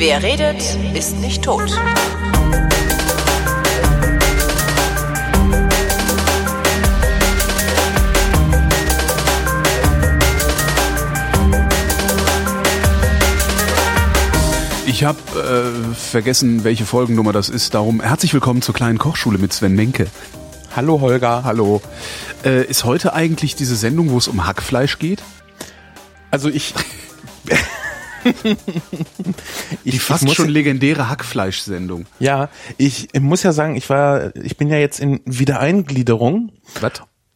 Wer redet, ist nicht tot. Ich habe vergessen, welche Folgennummer das ist. Darum herzlich willkommen zur kleinen Kochschule mit Sven Menke. Hallo Holger. Hallo. Ist heute eigentlich diese Sendung, wo es um Hackfleisch geht? Also ich Die fast schon legendäre Hackfleisch-Sendung. Ja, ich muss ja sagen, ich bin ja jetzt in Wiedereingliederung. Was?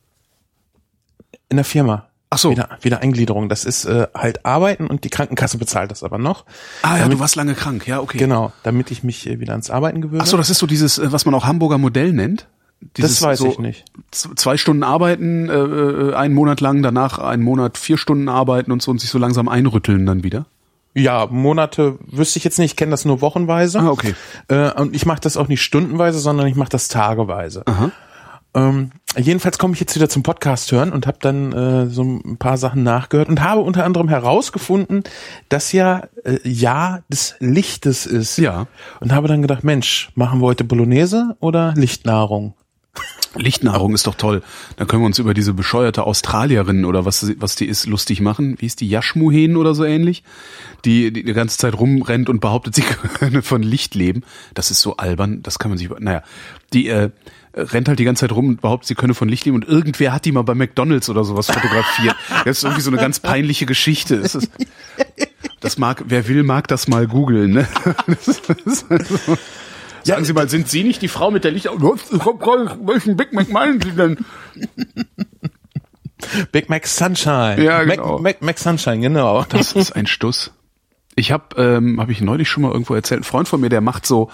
In der Firma. Ach so. Wiedereingliederung. Das ist halt Arbeiten und die Krankenkasse bezahlt das aber noch. Ah ja, du warst lange krank. Ja, okay. Genau, damit ich mich wieder ans Arbeiten gewöhne. Ach so, das ist so dieses, was man auch Hamburger Modell nennt? Dieses das weiß ich nicht. 2 Stunden arbeiten, einen Monat lang, danach einen Monat 4 Stunden arbeiten und so und sich so langsam einrütteln dann wieder? Ja, Monate wüsste ich jetzt nicht, ich kenne das nur wochenweise. Ah, okay. Und ich mache das auch nicht stundenweise, sondern ich mache das tageweise. Aha. Jedenfalls komme ich jetzt wieder zum Podcast hören und habe dann so ein paar Sachen nachgehört und habe unter anderem herausgefunden, dass ja Jahr des Lichtes ist. Ja. Und habe dann gedacht, Mensch, machen wir heute Bolognese oder Lichtnahrung? Lichtnahrung ist doch toll. Dann können wir uns über diese bescheuerte Australierin oder was die ist, lustig machen. Wie ist die? Yashmuhen oder so ähnlich? Die ganze Zeit rumrennt und behauptet, sie könne von Licht leben. Das ist so albern, das kann man sich... Naja, die rennt halt die ganze Zeit rum und behauptet, sie könne von Licht leben und irgendwer hat die mal bei McDonald's oder sowas fotografiert. Das ist irgendwie so eine ganz peinliche Geschichte. Wer will, mag das mal googeln, ne? Sagen Sie mal, sind Sie nicht die Frau mit der Licht... Welchen Big Mac meinen Sie denn? Big Mac Sunshine. Ja, genau. Mac Sunshine, genau. Das ist ein Stuss. Ich habe ich neulich schon mal irgendwo erzählt, ein Freund von mir, der macht so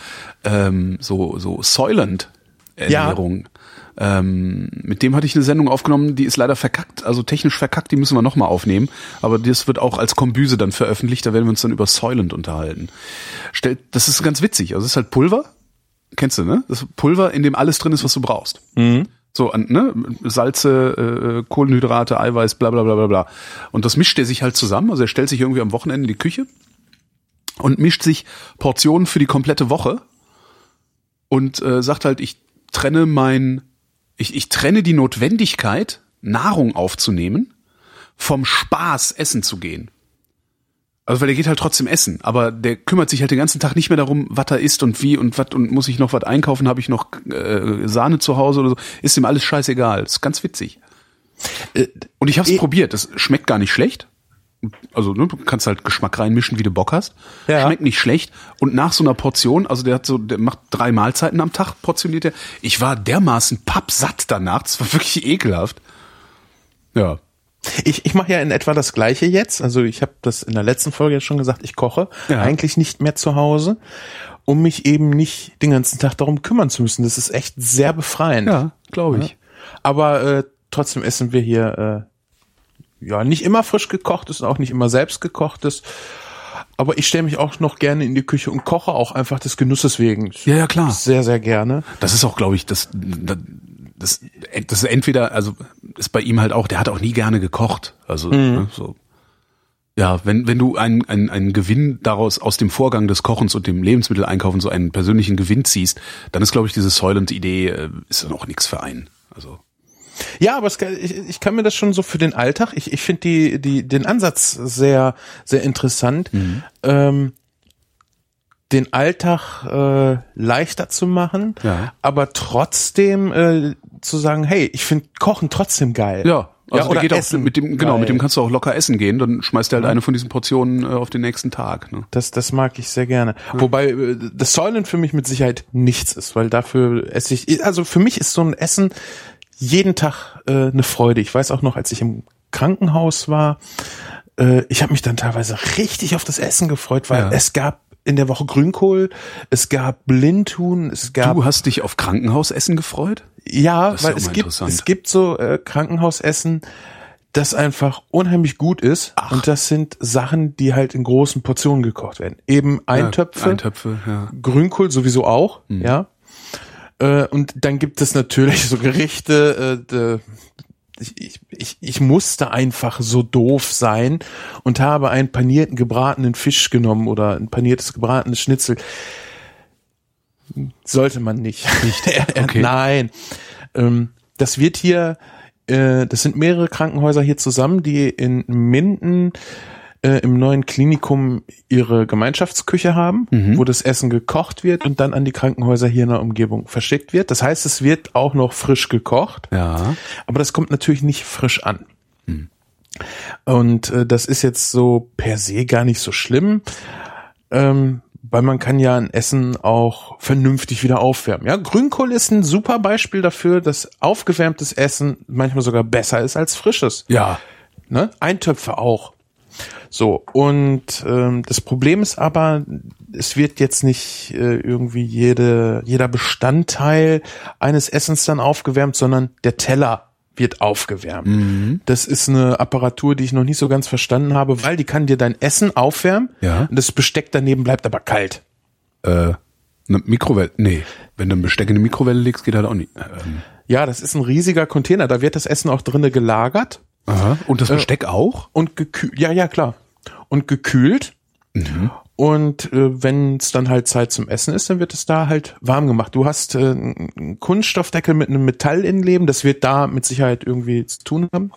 Soylent-Ernährung. Ja. Mit dem hatte ich eine Sendung aufgenommen, die ist leider verkackt, also technisch verkackt, die müssen wir nochmal aufnehmen. Aber das wird auch als Kombüse dann veröffentlicht, da werden wir uns dann über Soylent unterhalten. Das ist ganz witzig, also es ist halt Pulver, kennst du, ne? Das ist Pulver, in dem alles drin ist, was du brauchst. Mhm. So, ne? Salze, Kohlenhydrate, Eiweiß, bla bla bla bla bla. Und das mischt er sich halt zusammen, also er stellt sich irgendwie am Wochenende in die Küche und mischt sich Portionen für die komplette Woche und sagt halt, ich trenne die Notwendigkeit, Nahrung aufzunehmen, vom Spaß, essen zu gehen. Also weil der geht halt trotzdem essen, aber der kümmert sich halt den ganzen Tag nicht mehr darum, was er isst und wie und was und muss ich noch was einkaufen, habe ich noch Sahne zu Hause oder so, ist ihm alles scheißegal. Das ist ganz witzig. Und ich habe es probiert, das schmeckt gar nicht schlecht. Also ne, du kannst halt Geschmack reinmischen, wie du Bock hast. Ja. Schmeckt nicht schlecht. Und nach so einer Portion, also der macht 3 Mahlzeiten am Tag, portioniert er. Ich war dermaßen pappsatt danach, das war wirklich ekelhaft. Ja. Ich mache ja in etwa das Gleiche jetzt. Also ich habe das in der letzten Folge jetzt schon gesagt, ich koche eigentlich nicht mehr zu Hause, um mich eben nicht den ganzen Tag darum kümmern zu müssen. Das ist echt sehr befreiend. Ja, glaube ich. Ja. Aber trotzdem essen wir hier nicht immer frisch gekochtes, auch nicht immer selbst gekochtes. Aber ich stelle mich auch noch gerne in die Küche und koche auch einfach des Genusses wegen. Ja, klar. Sehr, sehr gerne. Das ist auch, glaube ich, das ist entweder, also ist bei ihm halt auch, der hat auch nie gerne gekocht. Also so. Ja, wenn du einen Gewinn daraus aus dem Vorgang des Kochens und dem Lebensmitteleinkaufen so einen persönlichen Gewinn ziehst, dann ist, glaube ich, diese Soylent-Idee ist dann auch nichts für einen. Also ja, aber ich kann mir das schon so für den Alltag, ich finde den Ansatz sehr, sehr interessant, den Alltag leichter zu machen, aber trotzdem zu sagen, hey, ich finde Kochen trotzdem geil. Ja, also oder geht Essen auch mit dem kannst du auch locker essen gehen, dann schmeißt du halt eine von diesen Portionen auf den nächsten Tag. Ne? Das mag ich sehr gerne. Ja. Wobei das Soylent für mich mit Sicherheit nichts ist, weil dafür esse ich, also für mich ist so ein Essen jeden Tag eine Freude. Ich weiß auch noch, als ich im Krankenhaus war, ich habe mich dann teilweise richtig auf das Essen gefreut, weil es gab in der Woche Grünkohl, es gab Blindhuhn, es gab... Du hast dich auf Krankenhausessen gefreut? Ja, weil es gibt so Krankenhausessen, das einfach unheimlich gut ist. Ach. Und das sind Sachen, die halt in großen Portionen gekocht werden. Eben Eintöpfe, Grünkohl sowieso auch, ja. Und dann gibt es natürlich so Gerichte, ich musste einfach so doof sein und habe einen panierten gebratenen Fisch genommen oder ein paniertes gebratenes Schnitzel. Sollte man nicht. Okay. Nein. Das wird hier, das sind mehrere Krankenhäuser hier zusammen, die in Minden im neuen Klinikum ihre Gemeinschaftsküche haben, wo das Essen gekocht wird und dann an die Krankenhäuser hier in der Umgebung verschickt wird. Das heißt, es wird auch noch frisch gekocht, Ja. aber das kommt natürlich nicht frisch an. Und das ist jetzt so per se gar nicht so schlimm, weil man kann ja ein Essen auch vernünftig wieder aufwärmen. Ja, Grünkohl ist ein super Beispiel dafür, dass aufgewärmtes Essen manchmal sogar besser ist als frisches. Ja. Ne? Eintöpfe auch. So, und das Problem ist aber, es wird jetzt nicht irgendwie jeder Bestandteil eines Essens dann aufgewärmt, sondern der Teller wird aufgewärmt. Das ist eine Apparatur, die ich noch nicht so ganz verstanden habe, weil die kann dir dein Essen aufwärmen und das Besteck daneben bleibt aber kalt. Eine Mikrowelle, nee, wenn du ein Besteck in eine Mikrowelle legst, geht halt auch nicht. Ja, das ist ein riesiger Container, da wird das Essen auch drinnen gelagert. Aha. Und das Besteck auch? Und gekühlt, ja, klar. Und gekühlt. Und wenn es dann halt Zeit zum Essen ist, dann wird es da halt warm gemacht. Du hast einen Kunststoffdeckel mit einem Metallinleben, das wird da mit Sicherheit irgendwie zu tun haben.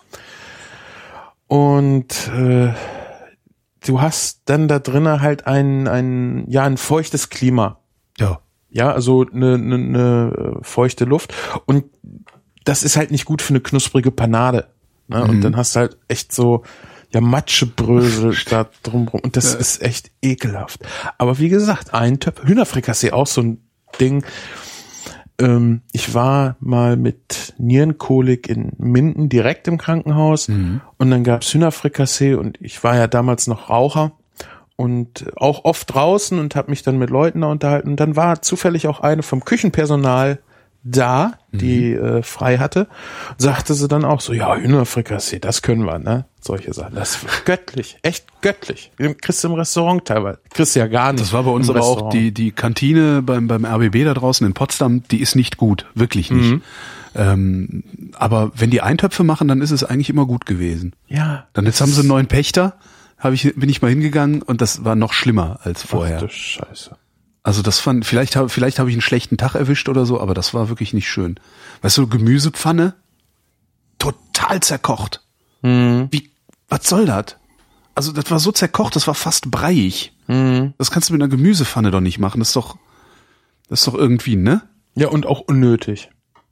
Und du hast dann da drinnen halt ein feuchtes Klima. Ja. Ja, also eine feuchte Luft. Und das ist halt nicht gut für eine knusprige Panade. Ne? Und dann hast du halt echt so Matschebrösel da drumrum. Und das ist echt ekelhaft. Aber wie gesagt, Eintöpfe, Hühnerfrikassee auch so ein Ding. Ich war mal mit Nierenkolik in Minden direkt im Krankenhaus und dann gab's Hühnerfrikassee und ich war ja damals noch Raucher und auch oft draußen und habe mich dann mit Leuten da unterhalten. Und dann war zufällig auch eine vom Küchenpersonal da, die frei hatte, sagte sie dann auch so, ja, Hühnerfrikassee, das können wir, ne? Solche Sachen. Das ist göttlich, echt göttlich. Kriegst du im Restaurant teilweise. Kriegst du ja gar nicht. Das war bei uns aber auch die Kantine beim RBB da draußen in Potsdam, die ist nicht gut, wirklich nicht. Aber wenn die Eintöpfe machen, dann ist es eigentlich immer gut gewesen. Ja. Dann jetzt haben sie einen neuen Pächter, bin ich mal hingegangen und das war noch schlimmer als vorher. Ach du Scheiße. Also das vielleicht habe ich einen schlechten Tag erwischt oder so, aber das war wirklich nicht schön. Weißt du, Gemüsepfanne, total zerkocht. Was soll das? Also das war so zerkocht, das war fast breiig. Das kannst du mit einer Gemüsepfanne doch nicht machen. Das ist doch irgendwie, ne? Ja, und auch unnötig.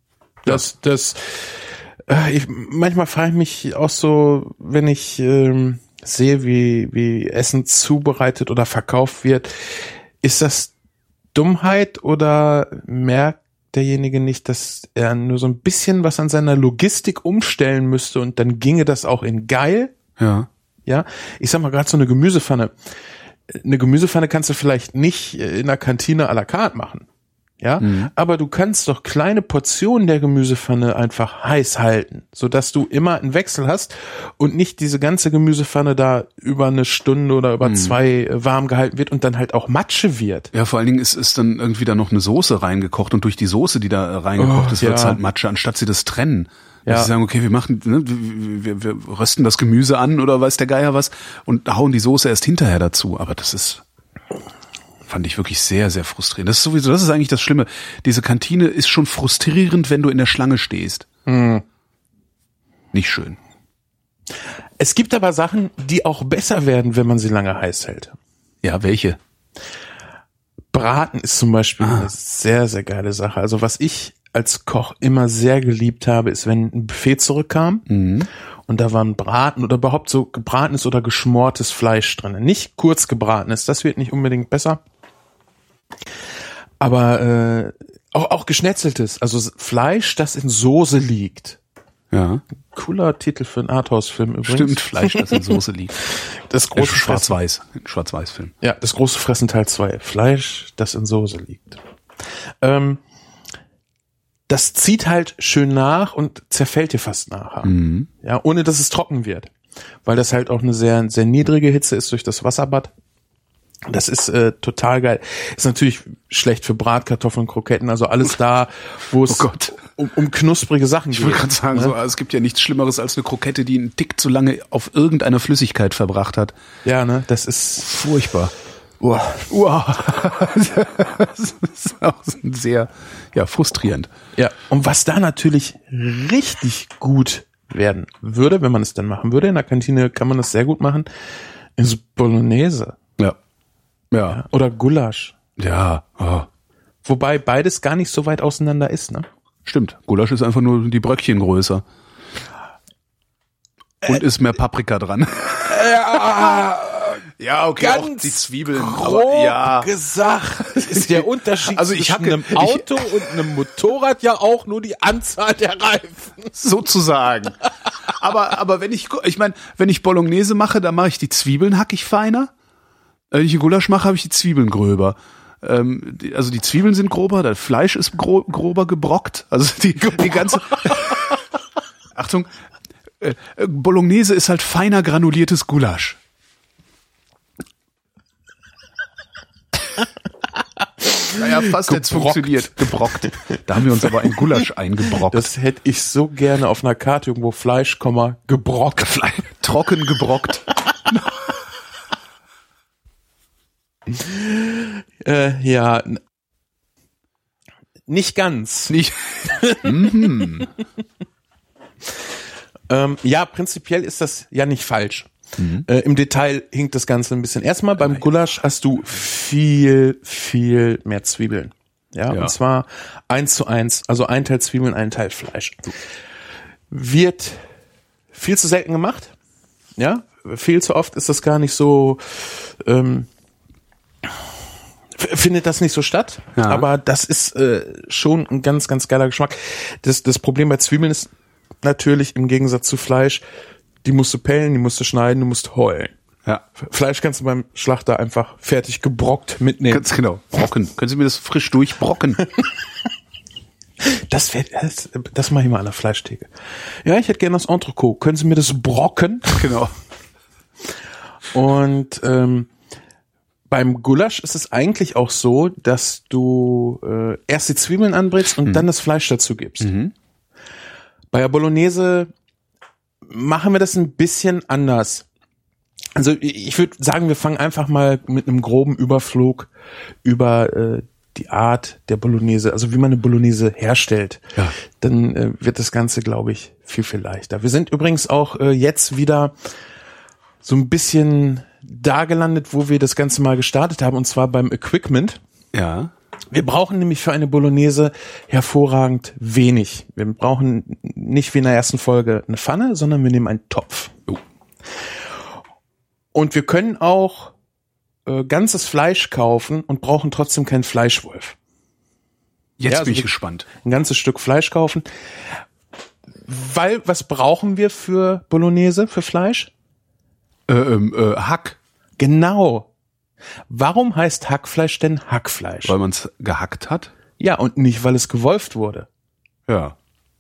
Manchmal frage ich mich auch so, wenn ich sehe, wie Essen zubereitet oder verkauft wird, ist das Dummheit oder merkt derjenige nicht, dass er nur so ein bisschen was an seiner Logistik umstellen müsste und dann ginge das auch in geil? Ja. Ja, ich sag mal gerade so eine Gemüsepfanne. Eine Gemüsepfanne kannst du vielleicht nicht in der Kantine à la carte machen. Ja, aber du kannst doch kleine Portionen der Gemüsepfanne einfach heiß halten, sodass du immer einen Wechsel hast und nicht diese ganze Gemüsepfanne da über eine Stunde oder über 2 warm gehalten wird und dann halt auch Matsche wird. Ja, vor allen Dingen ist dann irgendwie da noch eine Soße reingekocht und durch die Soße, die da reingekocht ist, wird's halt Matsche, anstatt sie das trennen. Ja. Dass sie sagen, okay, wir rösten das Gemüse an oder weiß der Geier was und hauen die Soße erst hinterher dazu. Aber das fand ich wirklich sehr, sehr frustrierend. Das ist eigentlich das Schlimme. Diese Kantine ist schon frustrierend, wenn du in der Schlange stehst. Nicht schön. Es gibt aber Sachen, die auch besser werden, wenn man sie lange heiß hält. Ja, welche? Braten ist zum Beispiel eine sehr, sehr geile Sache. Also was ich als Koch immer sehr geliebt habe, ist, wenn ein Buffet zurückkam und da war ein Braten oder überhaupt so gebratenes oder geschmortes Fleisch drin. Nicht kurz gebratenes, das wird nicht unbedingt besser. Aber auch geschnetzeltes, also Fleisch, das in Soße liegt. Ja. Cooler Titel für einen Arthouse-Film übrigens. Stimmt, Fleisch, das in Soße liegt. Das große Schwarz-Weiß-Film. Ja, das große Fressen Teil 2. Fleisch, das in Soße liegt. Das zieht halt schön nach und zerfällt dir fast nachher. Ja, ohne dass es trocken wird. Weil das halt auch eine sehr, sehr niedrige Hitze ist durch das Wasserbad. Das ist total geil. Ist natürlich schlecht für Bratkartoffeln, Kroketten, also alles da, wo es um knusprige Sachen geht. Ich wollte gerade sagen, ne? so, es gibt ja nichts Schlimmeres als eine Krokette, die einen Tick zu lange auf irgendeiner Flüssigkeit verbracht hat. Ja, ne, das ist Furchtbar. Uah. Das ist auch sehr, frustrierend. Ja, und was da natürlich richtig gut werden würde, wenn man es dann machen würde, in der Kantine kann man das sehr gut machen, ist Bolognese. Ja. Oder Gulasch. Ja. Oh. Wobei beides gar nicht so weit auseinander ist, ne? Stimmt. Gulasch ist einfach nur die Bröckchen größer. Und ist mehr Paprika dran. Ja, okay, ganz auch die Zwiebeln. Grob gesagt ist der Unterschied zwischen einem Auto und einem Motorrad ja auch nur die Anzahl der Reifen. Sozusagen. Aber wenn ich Bolognese mache, dann mache ich die Zwiebeln, hack ich feiner. Wenn ich einen Gulasch mache, habe ich die Zwiebeln gröber. Also die Zwiebeln sind grober, das Fleisch ist grober gebrockt. Also die ganze... Achtung, Bolognese ist halt feiner granuliertes Gulasch. Naja, fast jetzt funktioniert. Gebrockt. Da haben wir uns aber ein Gulasch eingebrockt. Das hätte ich so gerne auf einer Karte irgendwo Fleisch, gebrockt. Trocken gebrockt. Ja, nicht ganz. Nicht. Ja, prinzipiell ist das ja nicht falsch. Im Detail hinkt das Ganze ein bisschen. Erstmal beim Gulasch hast du viel mehr Zwiebeln. Ja, und zwar 1:1, also ein Teil Zwiebeln, ein Teil Fleisch. Wird viel zu selten gemacht. Ja, viel zu oft ist das gar nicht so, findet das nicht so statt. Ja. Aber das ist schon ein ganz, ganz geiler Geschmack. Das Problem bei Zwiebeln ist natürlich im Gegensatz zu Fleisch, die musst du pellen, die musst du schneiden, du musst heulen. Ja. Fleisch kannst du beim Schlachter einfach fertig gebrockt mitnehmen. Ganz genau. Brocken. Können Sie mir das frisch durchbrocken? Das mache ich mal an der Fleischtheke. Ja, ich hätte gerne das Entrecôte. Können Sie mir das brocken? Genau. Und beim Gulasch ist es eigentlich auch so, dass du erst die Zwiebeln anbrätst und dann das Fleisch dazu gibst. Bei der Bolognese machen wir das ein bisschen anders. Also ich würde sagen, wir fangen einfach mal mit einem groben Überflug über die Art der Bolognese, also wie man eine Bolognese herstellt. Ja. Dann wird das Ganze, glaube ich, viel leichter. Wir sind übrigens auch jetzt wieder so ein bisschen da gelandet, wo wir das Ganze mal gestartet haben, und zwar beim Equipment. Ja. Wir brauchen nämlich für eine Bolognese hervorragend wenig. Wir brauchen nicht wie in der ersten Folge eine Pfanne, sondern wir nehmen einen Topf. Und wir können auch ganzes Fleisch kaufen und brauchen trotzdem keinen Fleischwolf. Jetzt bin ich gespannt. Ein ganzes Stück Fleisch kaufen. Weil, was brauchen wir für Bolognese, für Fleisch? Hack. Genau. Warum heißt Hackfleisch denn Hackfleisch? Weil man es gehackt hat? Ja, und nicht, weil es gewolft wurde. Ja.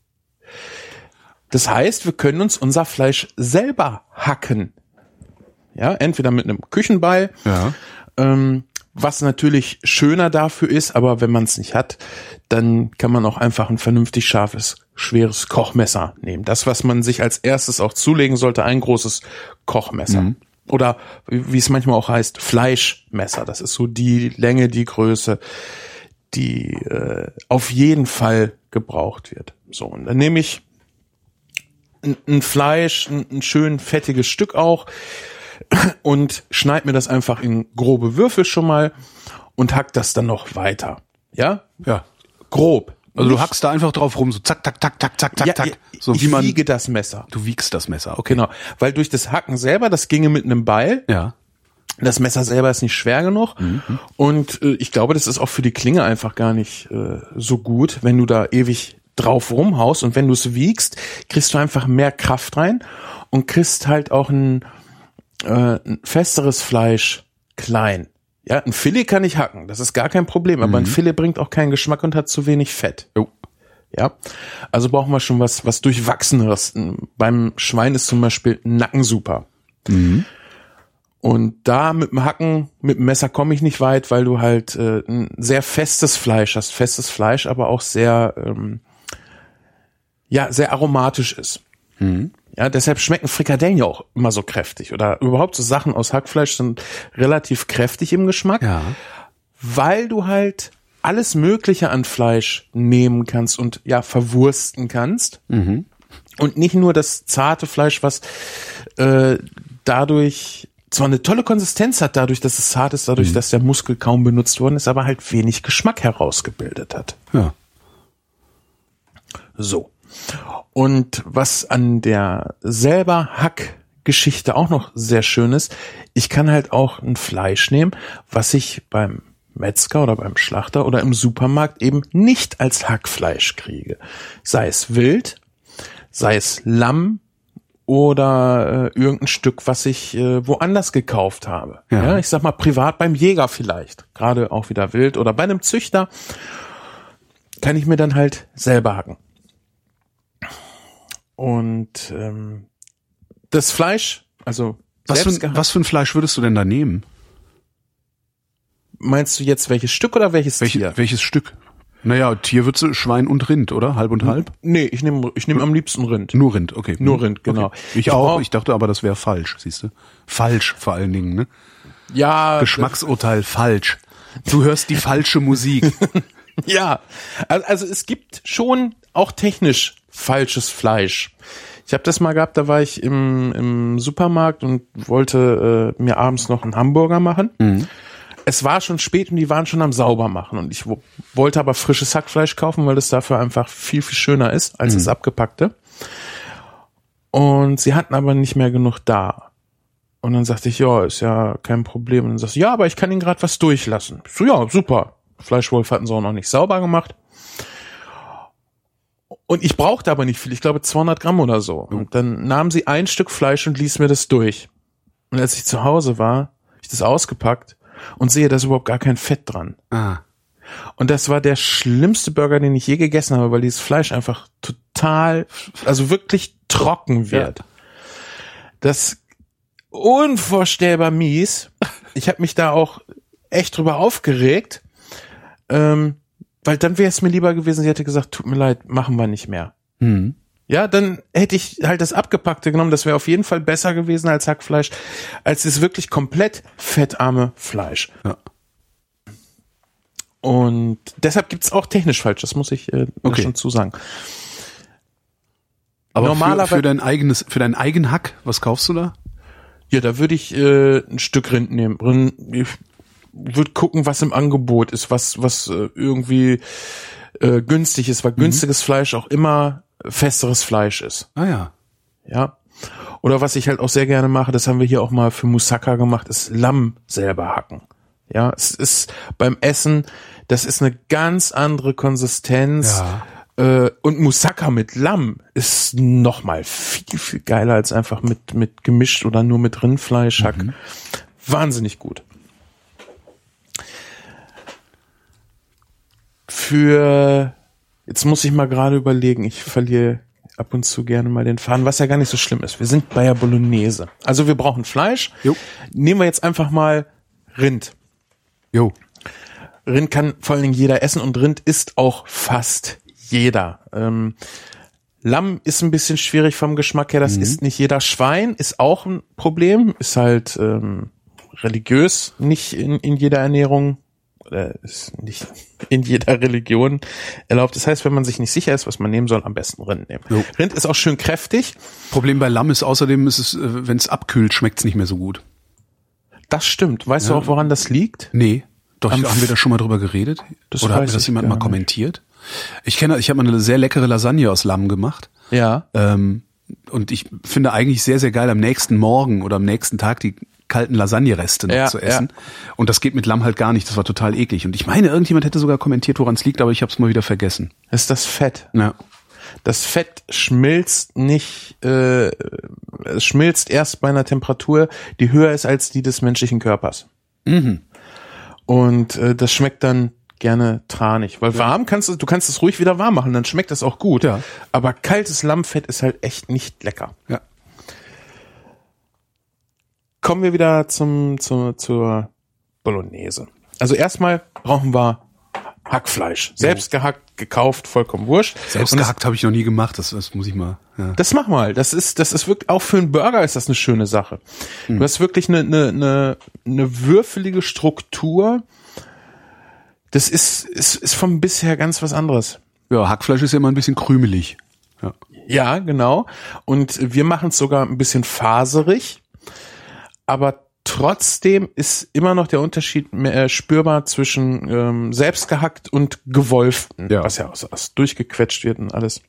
Das heißt, wir können uns unser Fleisch selber hacken. Ja, entweder mit einem Küchenbeil, was natürlich schöner dafür ist, aber wenn man es nicht hat, dann kann man auch einfach ein vernünftig scharfes, schweres Kochmesser nehmen. Das, was man sich als erstes auch zulegen sollte, ein großes Kochmesser. Oder wie es manchmal auch heißt, Fleischmesser. Das ist so die Länge, die Größe, die auf jeden Fall gebraucht wird. So, und dann nehme ich ein Fleisch, ein schön fettiges Stück auch, und schneid mir das einfach in grobe Würfel schon mal und hack das dann noch weiter. Ja? Ja. Grob. Also du hackst da einfach drauf rum, so zack, tack, tack, tack, zack, Ja, tack. So ich wie man. wiege das Messer. Du wiegst das Messer, okay. Genau. Weil durch das Hacken selber, das ginge mit einem Beil. Ja. Das Messer selber ist nicht schwer genug. Und ich glaube, das ist auch für die Klinge einfach gar nicht so gut, wenn du da ewig drauf rumhaust. Und wenn du es wiegst, kriegst du einfach mehr Kraft rein und kriegst halt auch ein festeres Fleisch klein. Ja, ein Filet kann ich hacken, das ist gar kein Problem, aber ein Filet bringt auch keinen Geschmack und hat zu wenig Fett. Ja, also brauchen wir schon was Durchwachseneres. Beim Schwein ist zum Beispiel Nacken super. Und da mit dem Hacken, mit dem Messer komme ich nicht weit, weil du halt ein sehr festes Fleisch hast. Festes Fleisch, aber auch sehr, sehr aromatisch ist. Mhm. Ja, deshalb schmecken Frikadellen ja auch immer so kräftig. Oder überhaupt so Sachen aus Hackfleisch sind relativ kräftig im Geschmack. Ja. Weil du halt alles Mögliche an Fleisch nehmen kannst und ja, verwursten kannst. Mhm. Und nicht nur das zarte Fleisch, was dadurch zwar eine tolle Konsistenz hat, dadurch, dass es zart ist, dadurch, dass der Muskel kaum benutzt worden ist, aber halt wenig Geschmack herausgebildet hat. Ja. So. Und was an der selber Hackgeschichte auch noch sehr schön ist, ich kann halt auch ein Fleisch nehmen, was ich beim Metzger oder beim Schlachter oder im Supermarkt eben nicht als Hackfleisch kriege. Sei es Wild, sei es Lamm oder irgendein Stück, was ich woanders gekauft habe. Ja. Ja, ich sag mal privat beim Jäger vielleicht, gerade auch wieder Wild oder bei einem Züchter kann ich mir dann halt selber hacken. Und das Fleisch, also Was für ein Fleisch würdest du denn da nehmen? Meinst du jetzt welches Stück oder welches Tier? Welches Stück? Naja, Tier würdest du Schwein und Rind, oder? Halb und halb? Nee, ich nehm am liebsten Rind. Nur Rind, okay. Nur Rind, genau. Okay. Ich auch. Ich dachte aber, das wäre falsch, siehst du? Falsch vor allen Dingen, ne? Ja. Geschmacksurteil falsch. Du hörst die falsche Musik. Ja. Also es gibt schon auch technisch falsches Fleisch. Ich habe das mal gehabt, da war ich im Supermarkt und wollte mir abends noch einen Hamburger machen. Mhm. Es war schon spät und die waren schon am Saubermachen und ich wollte aber frisches Hackfleisch kaufen, weil es dafür einfach viel, viel schöner ist als das abgepackte. Und sie hatten aber nicht mehr genug da. Und dann sagte ich, ja, ist ja kein Problem. Und dann sagte sie, ja, aber ich kann Ihnen gerade was durchlassen. Ich so, ja, super. Fleischwolf hatten sie auch noch nicht sauber gemacht. Und ich brauchte aber nicht viel, ich glaube 200 Gramm oder so. Und dann nahm sie ein Stück Fleisch und ließ mir das durch. Und als ich zu Hause war, habe ich das ausgepackt und sehe, da ist überhaupt gar kein Fett dran. Ah. Und das war der schlimmste Burger, den ich je gegessen habe, weil dieses Fleisch einfach total, also wirklich trocken wird. Ja. Das unvorstellbar mies. Ich habe mich da auch echt drüber aufgeregt, weil dann wäre es mir lieber gewesen, sie hätte gesagt, tut mir leid, machen wir nicht mehr. Mhm. Ja, dann hätte ich halt das Abgepackte genommen, das wäre auf jeden Fall besser gewesen als Hackfleisch, als das wirklich komplett fettarme Fleisch. Ja. Und deshalb gibt's auch technisch falsch, das muss ich schon zusagen. Aber normalerweise für dein eigenen Hack, was kaufst du da? Ja, da würde ich ein Stück Rind nehmen. Ich würde gucken, was im Angebot ist, was irgendwie günstig ist, weil günstiges Fleisch auch immer festeres Fleisch ist. Ah ja. Ja. Oder was ich halt auch sehr gerne mache, das haben wir hier auch mal für Moussaka gemacht, ist Lamm selber hacken. Ja, es ist beim Essen, das ist eine ganz andere Konsistenz. Ja. Und Moussaka mit Lamm ist noch mal viel, viel geiler als einfach mit gemischt oder nur mit Rindfleisch hack. Wahnsinnig gut. Jetzt muss ich mal gerade überlegen, ich verliere ab und zu gerne mal den Faden, was ja gar nicht so schlimm ist. Wir sind bei der Bolognese. Also wir brauchen Fleisch. Jo. Nehmen wir jetzt einfach mal Rind. Jo. Rind kann vor allen Dingen jeder essen und Rind isst auch fast jeder. Lamm ist ein bisschen schwierig vom Geschmack her, das isst nicht jeder. Schwein ist auch ein Problem, ist halt religiös nicht in jeder Ernährung, ist nicht in jeder Religion erlaubt. Das heißt, wenn man sich nicht sicher ist, was man nehmen soll, am besten Rind nehmen. Jo. Rind ist auch schön kräftig. Problem bei Lamm ist außerdem, wenn es abkühlt, schmeckt es nicht mehr so gut. Das stimmt. Weißt du auch, woran das liegt? Nee. Doch, haben wir da schon mal drüber geredet? Oder hat mir das jemand mal kommentiert? Ich habe mal eine sehr leckere Lasagne aus Lamm gemacht. Ja. Und ich finde eigentlich sehr, sehr geil, am nächsten Morgen oder am nächsten Tag die kalten Lasagne-Reste noch zu essen. Ja. Und das geht mit Lamm halt gar nicht. Das war total eklig. Und ich meine, irgendjemand hätte sogar kommentiert, woran es liegt, aber ich habe es mal wieder vergessen. Das ist das Fett. Ja. Das Fett schmilzt nicht, es schmilzt erst bei einer Temperatur, die höher ist als die des menschlichen Körpers. Mhm. Und das schmeckt dann gerne tranig, weil warm du kannst es ruhig wieder warm machen, dann schmeckt das auch gut. Ja. Aber kaltes Lammfett ist halt echt nicht lecker. Ja. kommen wir wieder zur Bolognese. Also erstmal brauchen wir Hackfleisch. Selbst gehackt, gekauft, vollkommen wurscht. Selbst gehackt habe ich noch nie gemacht, das muss ich mal. Ja. Das mach mal. Das ist wirklich, auch für einen Burger ist das eine schöne Sache. Du hast wirklich eine würfelige Struktur. Das ist vom bisher ganz was anderes. Ja, Hackfleisch ist ja immer ein bisschen krümelig. Ja. Ja, genau. Und wir machen es sogar ein bisschen faserig. Aber trotzdem ist immer noch der Unterschied spürbar zwischen selbst gehackt und gewolften, was ja aus durchgequetscht wird und alles.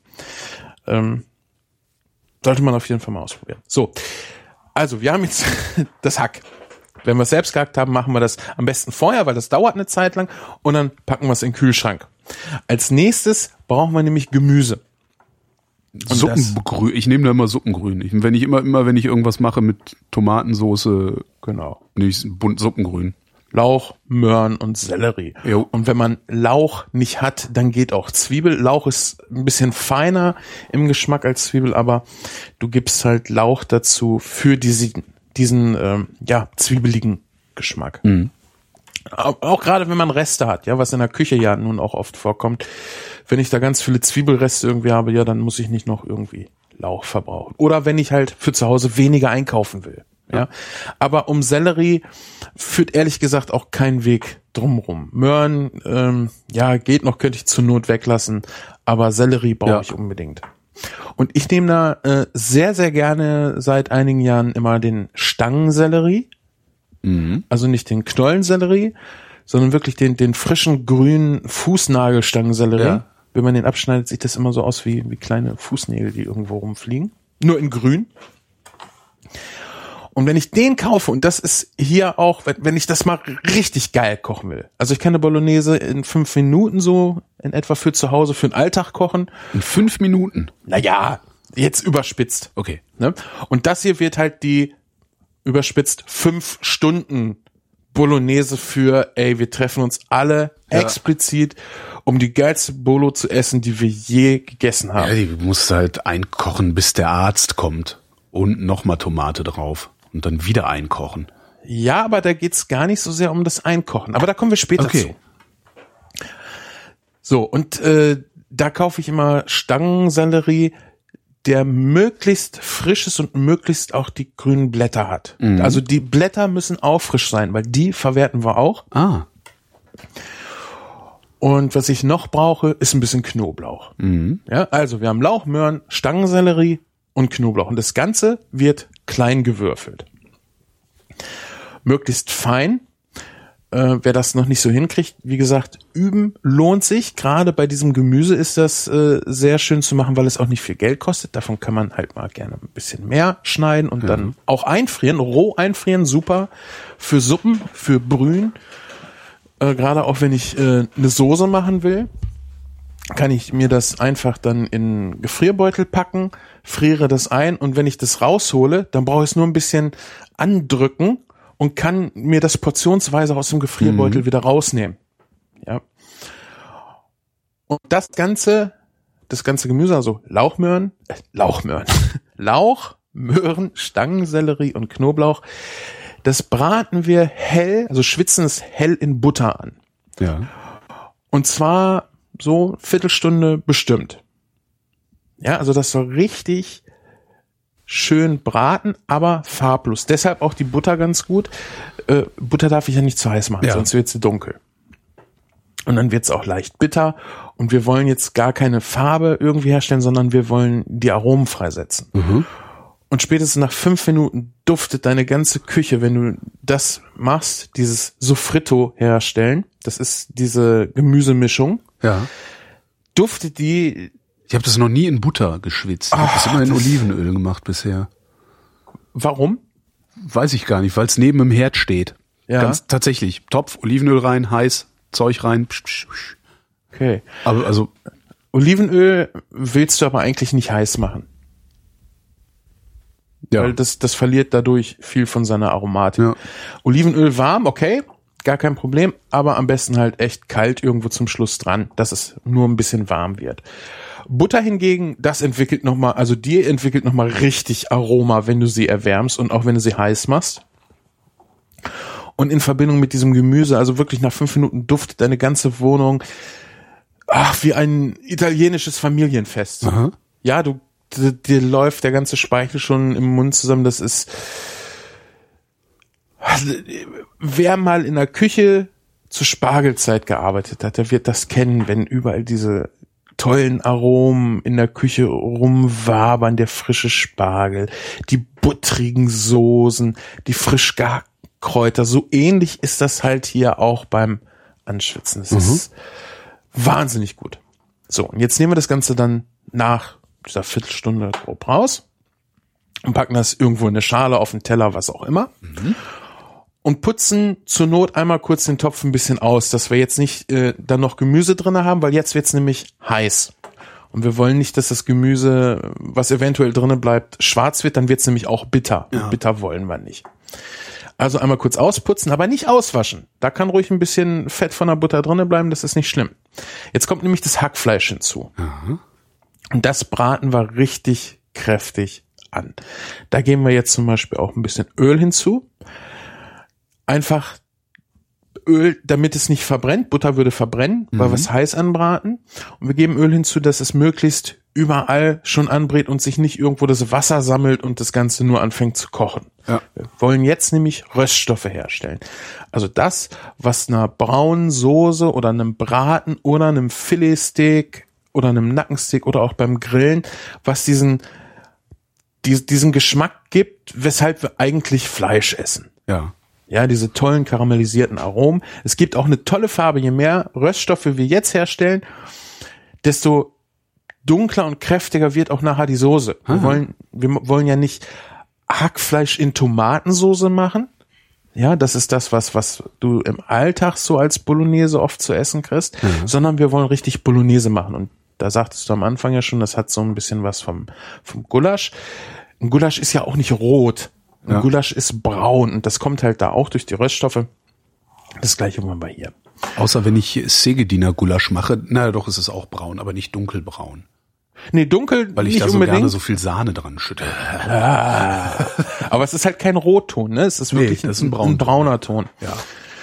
Sollte man auf jeden Fall mal ausprobieren. So, also wir haben jetzt das Hack. Wenn wir es selbst gehackt haben, machen wir das am besten vorher, weil das dauert eine Zeit lang, und dann packen wir es in den Kühlschrank. Als nächstes brauchen wir nämlich Gemüse. Suppengrün. Ich nehme da immer Suppengrün. Wenn ich irgendwas mache mit Tomatensoße, genau, nehme ich bunt Suppengrün. Lauch, Möhren und Sellerie. Jo. Und wenn man Lauch nicht hat, dann geht auch Zwiebel. Lauch ist ein bisschen feiner im Geschmack als Zwiebel, aber du gibst halt Lauch dazu für diesen zwiebeligen Geschmack. Mhm. Auch gerade wenn man Reste hat, ja, was in der Küche ja nun auch oft vorkommt. Wenn ich da ganz viele Zwiebelreste irgendwie habe, ja, dann muss ich nicht noch irgendwie Lauch verbrauchen. Oder wenn ich halt für zu Hause weniger einkaufen will. Ja. Aber um Sellerie führt ehrlich gesagt auch kein Weg drumrum. Möhren, geht noch, könnte ich zur Not weglassen, aber Sellerie brauche ich unbedingt. Und ich nehme da sehr, sehr gerne seit einigen Jahren immer den Stangensellerie. Mhm. Also nicht den Knollensellerie, sondern wirklich den frischen grünen Fußnagelstangensellerie. Ja. Wenn man den abschneidet, sieht das immer so aus wie kleine Fußnägel, die irgendwo rumfliegen. Nur in grün. Und wenn ich den kaufe, und das ist hier auch, wenn ich das mal richtig geil kochen will. Also ich kann eine Bolognese in 5 Minuten so in etwa für zu Hause, für den Alltag kochen. In 5 Minuten? Naja, jetzt überspitzt. Okay. Ne? Und das hier wird halt die überspitzt 5 Stunden Bolognese für, wir treffen uns alle explizit, um die geilste Bolo zu essen, die wir je gegessen haben. Ja, die musst halt einkochen, bis der Arzt kommt. Und nochmal Tomate drauf. Und dann wieder einkochen. Ja, aber da geht's gar nicht so sehr um das Einkochen. Aber da kommen wir später zu. So, und da kaufe ich immer Stangensellerie, der möglichst frisch ist und möglichst auch die grünen Blätter hat. Mhm. Also die Blätter müssen auch frisch sein, weil die verwerten wir auch. Ah. Und was ich noch brauche, ist ein bisschen Knoblauch. Mhm. Ja, also wir haben Lauch, Möhren, Stangensellerie und Knoblauch. Und das Ganze wird klein gewürfelt. Möglichst fein. Wer das noch nicht so hinkriegt, wie gesagt, üben lohnt sich. Gerade bei diesem Gemüse ist das sehr schön zu machen, weil es auch nicht viel Geld kostet. Davon kann man halt mal gerne ein bisschen mehr schneiden und dann auch einfrieren. Roh einfrieren, super. Für Suppen, für Brühen. Gerade auch wenn ich eine Soße machen will, kann ich mir das einfach dann in Gefrierbeutel packen, friere das ein, und wenn ich das raushole, dann brauche ich es nur ein bisschen andrücken und kann mir das portionsweise aus dem Gefrierbeutel wieder rausnehmen. Ja. Und das ganze Gemüse, also Lauch, Möhren, Stangensellerie und Knoblauch, das braten wir hell, also schwitzen es hell in Butter an. Ja. Und zwar so Viertelstunde bestimmt. Ja, also das soll richtig schön braten, aber farblos. Deshalb auch die Butter ganz gut. Butter darf ich ja nicht zu heiß machen, sonst wird sie dunkel. Und dann wird es auch leicht bitter. Und wir wollen jetzt gar keine Farbe irgendwie herstellen, sondern wir wollen die Aromen freisetzen. Mhm. Und spätestens nach 5 Minuten duftet deine ganze Küche, wenn du das machst, dieses Sofrito herstellen. Das ist diese Gemüsemischung. Ja. Duftet die. Ich habe das noch nie in Butter geschwitzt. Ich habe das immer in Olivenöl gemacht bisher. Warum? Weiß ich gar nicht, weil es neben dem Herd steht. Ja. Ganz tatsächlich. Topf, Olivenöl rein, heiß, Zeug rein. Psch, psch, psch. Okay. Aber also Olivenöl willst du aber eigentlich nicht heiß machen. Ja. Weil das verliert dadurch viel von seiner Aromatik. Ja. Olivenöl warm, okay, gar kein Problem, aber am besten halt echt kalt irgendwo zum Schluss dran, dass es nur ein bisschen warm wird. Butter hingegen, die entwickelt nochmal richtig Aroma, wenn du sie erwärmst und auch wenn du sie heiß machst. Und in Verbindung mit diesem Gemüse, also wirklich nach 5 Minuten duftet deine ganze Wohnung, wie ein italienisches Familienfest. Aha. Ja, dir läuft der ganze Speichel schon im Mund zusammen. Das ist, wer mal in der Küche zur Spargelzeit gearbeitet hat, der wird das kennen, wenn überall diese tollen Aromen in der Küche rumwabern, der frische Spargel, die buttrigen Soßen, die frisch gehackten Kräuter. So ähnlich ist das halt hier auch beim Anschwitzen. Das ist wahnsinnig gut. So, und jetzt nehmen wir das Ganze dann nach dieser Viertelstunde grob raus und packen das irgendwo in eine Schale, auf einen Teller, was auch immer. Und putzen zur Not einmal kurz den Topf ein bisschen aus, dass wir jetzt nicht dann noch Gemüse drinne haben, weil jetzt wird's nämlich heiß. Und wir wollen nicht, dass das Gemüse, was eventuell drinne bleibt, schwarz wird, dann wird's nämlich auch bitter. Ja. Und bitter wollen wir nicht. Also einmal kurz ausputzen, aber nicht auswaschen. Da kann ruhig ein bisschen Fett von der Butter drinne bleiben, das ist nicht schlimm. Jetzt kommt nämlich das Hackfleisch hinzu. Aha. Und das braten wir richtig kräftig an. Da geben wir jetzt zum Beispiel auch ein bisschen Öl hinzu. Einfach Öl, damit es nicht verbrennt. Butter würde verbrennen, weil wir es heiß anbraten. Und wir geben Öl hinzu, dass es möglichst überall schon anbrät und sich nicht irgendwo das Wasser sammelt und das Ganze nur anfängt zu kochen. Ja. Wir wollen jetzt nämlich Röststoffe herstellen. Also das, was einer braunen Soße oder einem Braten oder einem Filetsteak oder einem Nackensteak oder auch beim Grillen, was diesen Geschmack gibt, weshalb wir eigentlich Fleisch essen. Ja. Ja, diese tollen karamellisierten Aromen. Es gibt auch eine tolle Farbe. Je mehr Röststoffe wir jetzt herstellen, desto dunkler und kräftiger wird auch nachher die Soße. Wir wollen ja nicht Hackfleisch in Tomatensoße machen. Ja, das ist das, was du im Alltag so als Bolognese oft zu essen kriegst, sondern wir wollen richtig Bolognese machen. Und da sagtest du am Anfang ja schon, das hat so ein bisschen was vom Gulasch. Ein Gulasch ist ja auch nicht rot. Ein Gulasch ist braun und das kommt halt da auch durch die Röststoffe. Das gleiche machen wir hier. Außer wenn ich Segediner Gulasch mache, na doch, ist es auch braun, aber nicht dunkelbraun. Nee, dunkel weil ich nicht da so unbedingt. gerne so viel Sahne dran schütte. Aber es ist halt kein Rotton, ne? Es ist wirklich das ist ein brauner Ton. Ja.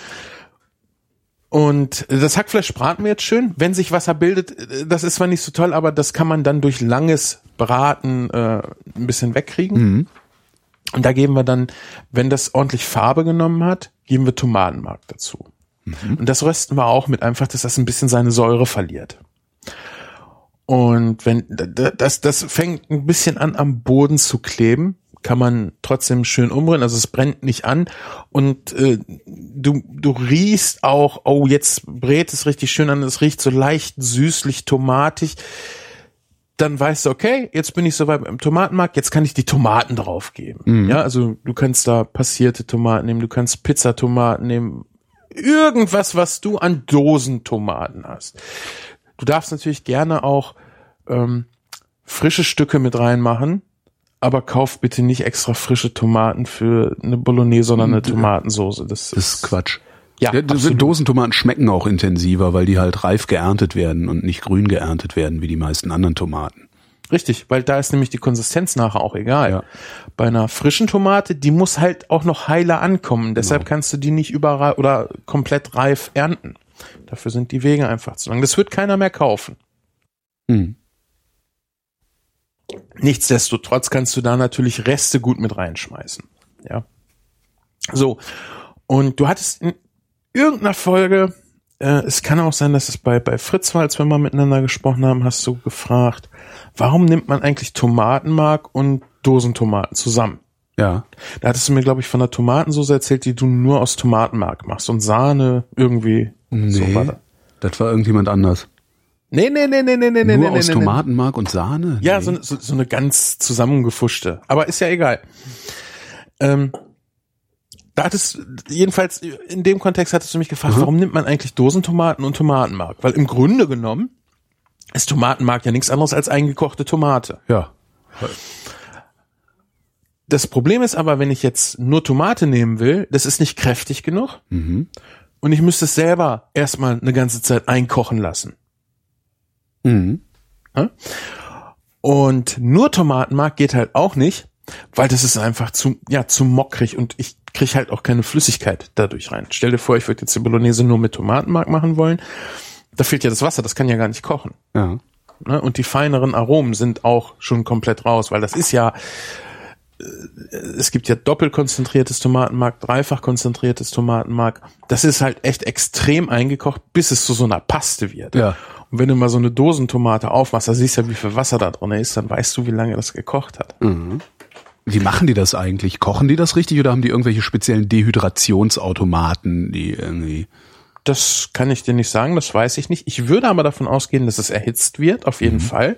Und das Hackfleisch braten wir jetzt schön. Wenn sich Wasser bildet, das ist zwar nicht so toll, aber das kann man dann durch langes Braten ein bisschen wegkriegen. Und da geben wir dann, wenn das ordentlich Farbe genommen hat, geben wir Tomatenmark dazu. Und das rösten wir auch mit, einfach, dass das ein bisschen seine Säure verliert. Und wenn das fängt ein bisschen an am Boden zu kleben, kann man trotzdem schön umrühren, also es brennt nicht an und du riechst auch, oh, jetzt brät es richtig schön an, es riecht so leicht süßlich tomatig. Dann weißt du, okay, jetzt bin ich soweit im Tomatenmark, jetzt kann ich die Tomaten draufgeben. Ja, also du kannst da passierte Tomaten nehmen, du kannst Pizzatomaten nehmen, irgendwas, was du an Dosentomaten hast. Du darfst natürlich gerne auch frische Stücke mit reinmachen, aber kauf bitte nicht extra frische Tomaten für eine Bolognese oder eine Tomatensoße. Das ist Quatsch. Ja, Dosentomaten schmecken auch intensiver, weil die halt reif geerntet werden und nicht grün geerntet werden wie die meisten anderen Tomaten. Richtig, weil da ist nämlich die Konsistenz nachher auch egal. Ja. Bei einer frischen Tomate, die muss halt auch noch heiler ankommen. Deshalb kannst du die nicht überall oder komplett reif ernten. Dafür sind die Wege einfach zu lang. Das wird keiner mehr kaufen. Nichtsdestotrotz kannst du da natürlich Reste gut mit reinschmeißen. Ja. So. Und du hattest in irgendeiner Folge, es kann auch sein, dass es bei Fritz war, als wir mal miteinander gesprochen haben, hast du gefragt, warum nimmt man eigentlich Tomatenmark und Dosentomaten zusammen? Ja. Da hattest du mir, glaube ich, von der Tomatensauce erzählt, die du nur aus Tomatenmark machst und Sahne irgendwie. Nee, so war das war irgendjemand anders. Nee. Nur aus Tomatenmark und Sahne? Ja, Nee. so eine ganz zusammengefuschte. Aber ist ja egal. Da hattest, jedenfalls in dem Kontext hattest du mich gefragt, warum nimmt man eigentlich Dosentomaten und Tomatenmark? Weil im Grunde genommen ist Tomatenmark ja nichts anderes als eingekochte Tomate. Ja. Das Problem ist aber, wenn ich jetzt nur Tomate nehmen will, das ist nicht kräftig genug. Und ich müsste es selber erstmal eine ganze Zeit einkochen lassen. Und nur Tomatenmark geht halt auch nicht, Weil das ist einfach zu mockrig und ich kriege halt auch keine Flüssigkeit dadurch rein. Stell dir vor, ich würde jetzt die Bolognese nur mit Tomatenmark machen wollen. Da fehlt ja das Wasser, das kann ja gar nicht kochen. Ja. Und die feineren Aromen sind auch schon komplett raus, weil das ist ja, es gibt ja doppelt konzentriertes Tomatenmark, dreifach konzentriertes Tomatenmark. Das ist halt echt extrem eingekocht, bis es zu so einer Paste wird. Ja. Und wenn du mal so eine Dosentomate aufmachst, da siehst du ja, wie viel Wasser da drin ist, dann weißt du, wie lange das gekocht hat. Mhm. Wie machen die das eigentlich? Kochen die das richtig oder haben die irgendwelche speziellen Dehydrationsautomaten, die irgendwie... Das kann ich dir nicht sagen, das weiß ich nicht. Ich würde aber davon ausgehen, dass es erhitzt wird, auf jeden Fall.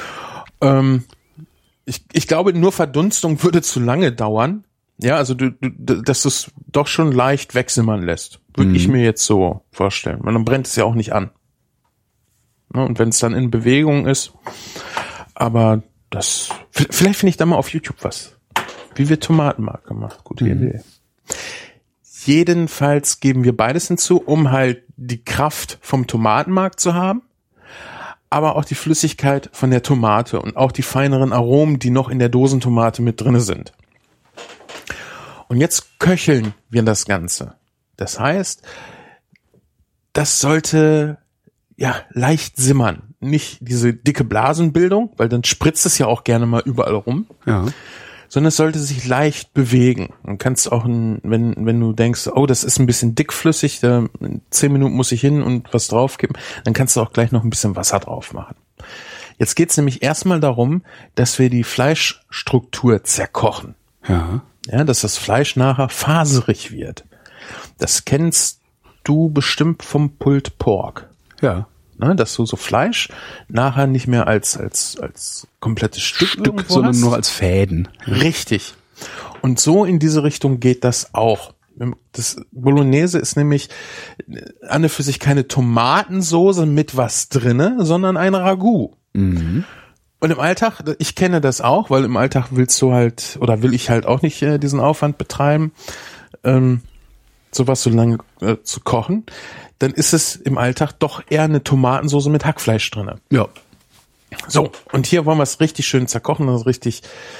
Ich glaube, nur Verdunstung würde zu lange dauern. Ja, also dass es doch schon leicht wegsimmern lässt. Würde ich mir jetzt so vorstellen. Und dann brennt es ja auch nicht an. Und wenn es dann in Bewegung ist, aber das, vielleicht finde ich da mal auf YouTube was. Wie wird Tomatenmark gemacht? Gute Idee. Jedenfalls geben wir beides hinzu, um halt die Kraft vom Tomatenmark zu haben, aber auch die Flüssigkeit von der Tomate und auch die feineren Aromen, die noch in der Dosentomate mit drinne sind. Und jetzt köcheln wir das Ganze. Das heißt, das sollte leicht simmern. Nicht diese dicke Blasenbildung, weil dann spritzt es ja auch gerne mal überall rum. Ja. Sondern es sollte sich leicht bewegen. Du kannst auch, wenn du denkst, oh, das ist ein bisschen dickflüssig, da in 10 Minuten muss ich hin und was draufgeben, dann kannst du auch gleich noch ein bisschen Wasser drauf machen. Jetzt geht's nämlich erstmal darum, dass wir die Fleischstruktur zerkochen. Ja. Ja, dass das Fleisch nachher faserig wird. Das kennst du bestimmt vom Pulled Pork. Ja. Ne, dass du so Fleisch nachher nicht mehr als komplettes Stück sondern hast. nur als Fäden. Richtig. Und so in diese Richtung geht das auch. Das Bolognese ist nämlich an und für sich keine Tomatensoße mit was drinne, sondern ein Ragout. Mhm. Und im Alltag, ich kenne das auch, weil im Alltag will ich halt auch nicht diesen Aufwand betreiben, sowas so lange zu kochen. Dann ist es im Alltag doch eher eine Tomatensoße mit Hackfleisch drinne. Ja. So, und hier wollen wir es richtig schön zerkochen, also richtig,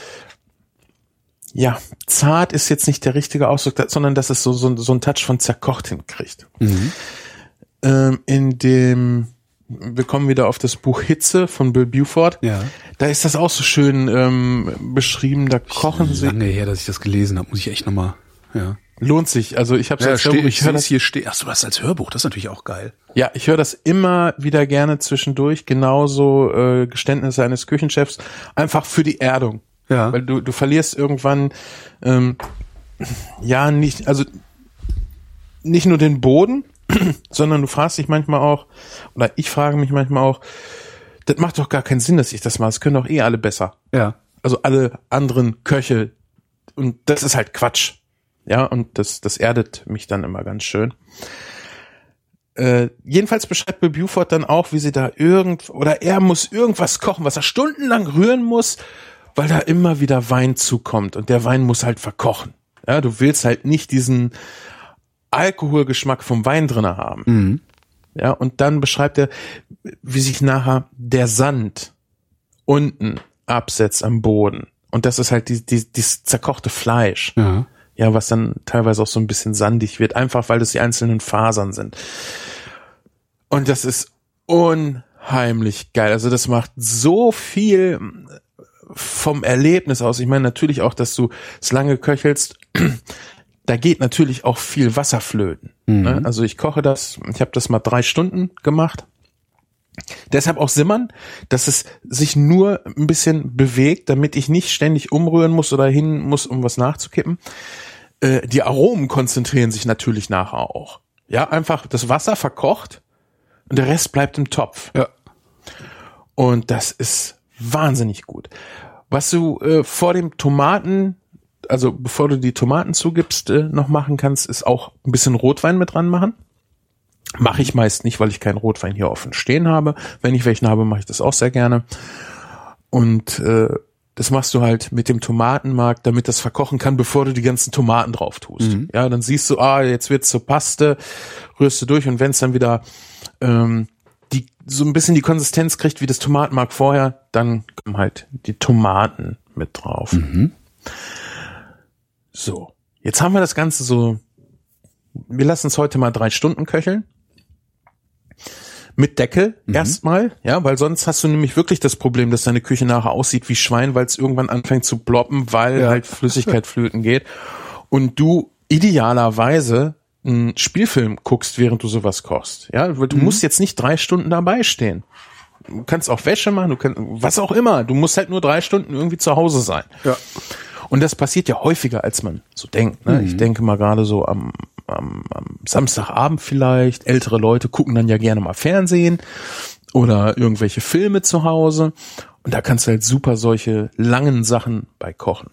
zart ist jetzt nicht der richtige Ausdruck, sondern dass es so ein Touch von zerkocht hinkriegt. Mhm. Wir kommen wieder auf das Buch Hitze von Bill Buford. Ja. Da ist das auch so schön beschrieben, da kochen sie. Lange her, dass ich das gelesen habe, muss ich echt nochmal, Lohnt sich. Also ich habe es als Hörbuch. Ich höre das hier stehen. Achso, das als Hörbuch. Das ist natürlich auch geil. Ja, ich höre das immer wieder gerne zwischendurch. Genauso Geständnisse eines Küchenchefs. Einfach für die Erdung. Ja. Weil du verlierst irgendwann nicht nur den Boden, sondern du fragst dich manchmal auch, oder ich frage mich manchmal auch, das macht doch gar keinen Sinn, dass ich das mache. Das können doch alle besser. Ja. Also alle anderen Köche. Und das ist halt Quatsch. Ja, und das erdet mich dann immer ganz schön. Jedenfalls beschreibt Bill Buford dann auch, wie sie da er muss irgendwas kochen, was er stundenlang rühren muss, weil da immer wieder Wein zukommt und der Wein muss halt verkochen. Ja, du willst halt nicht diesen Alkoholgeschmack vom Wein drinne haben. Mhm. Ja, und dann beschreibt er, wie sich nachher der Sand unten absetzt am Boden. Und das ist halt dieses zerkochte Fleisch. Ja. Ja, was dann teilweise auch so ein bisschen sandig wird, einfach weil das die einzelnen Fasern sind. Und das ist unheimlich geil. Also das macht so viel vom Erlebnis aus. Ich meine natürlich auch, dass du es lange köchelst. Da geht natürlich auch viel Wasser flöten. Mhm. Also ich habe das mal 3 Stunden gemacht. Deshalb auch simmern, dass es sich nur ein bisschen bewegt, damit ich nicht ständig umrühren muss oder hin muss, um was nachzukippen. Die Aromen konzentrieren sich natürlich nachher auch. Ja, einfach das Wasser verkocht und der Rest bleibt im Topf. Ja. Und das ist wahnsinnig gut. Was du vor dem Tomaten, also bevor du die Tomaten zugibst, noch machen kannst, ist auch ein bisschen Rotwein mit dran machen. Mache ich meist nicht, weil ich keinen Rotwein hier offen stehen habe. Wenn ich welchen habe, mache ich das auch sehr gerne. Und das machst du halt mit dem Tomatenmark, damit das verkochen kann, bevor du die ganzen Tomaten drauf tust. Mhm. Ja, dann siehst du, jetzt wird's zur Paste, rührst du durch und wenn es dann wieder so ein bisschen die Konsistenz kriegt wie das Tomatenmark vorher, dann kommen halt die Tomaten mit drauf. Mhm. So, jetzt haben wir das Ganze so, wir lassen es heute mal 3 Stunden köcheln. Mit Deckel erstmal, ja, weil sonst hast du nämlich wirklich das Problem, dass deine Küche nachher aussieht wie Schwein, weil es irgendwann anfängt zu ploppen, weil halt Flüssigkeit flöten geht. Und du idealerweise einen Spielfilm guckst, während du sowas kochst. Ja, weil du musst jetzt nicht 3 Stunden dabei stehen. Du kannst auch Wäsche machen, du kannst was auch immer. Du musst halt nur 3 Stunden irgendwie zu Hause sein. Ja. Und das passiert ja häufiger, als man so denkt. Ne? Ich denke mal gerade so am Samstagabend vielleicht. Ältere Leute gucken dann ja gerne mal Fernsehen oder irgendwelche Filme zu Hause. Und da kannst du halt super solche langen Sachen bei kochen.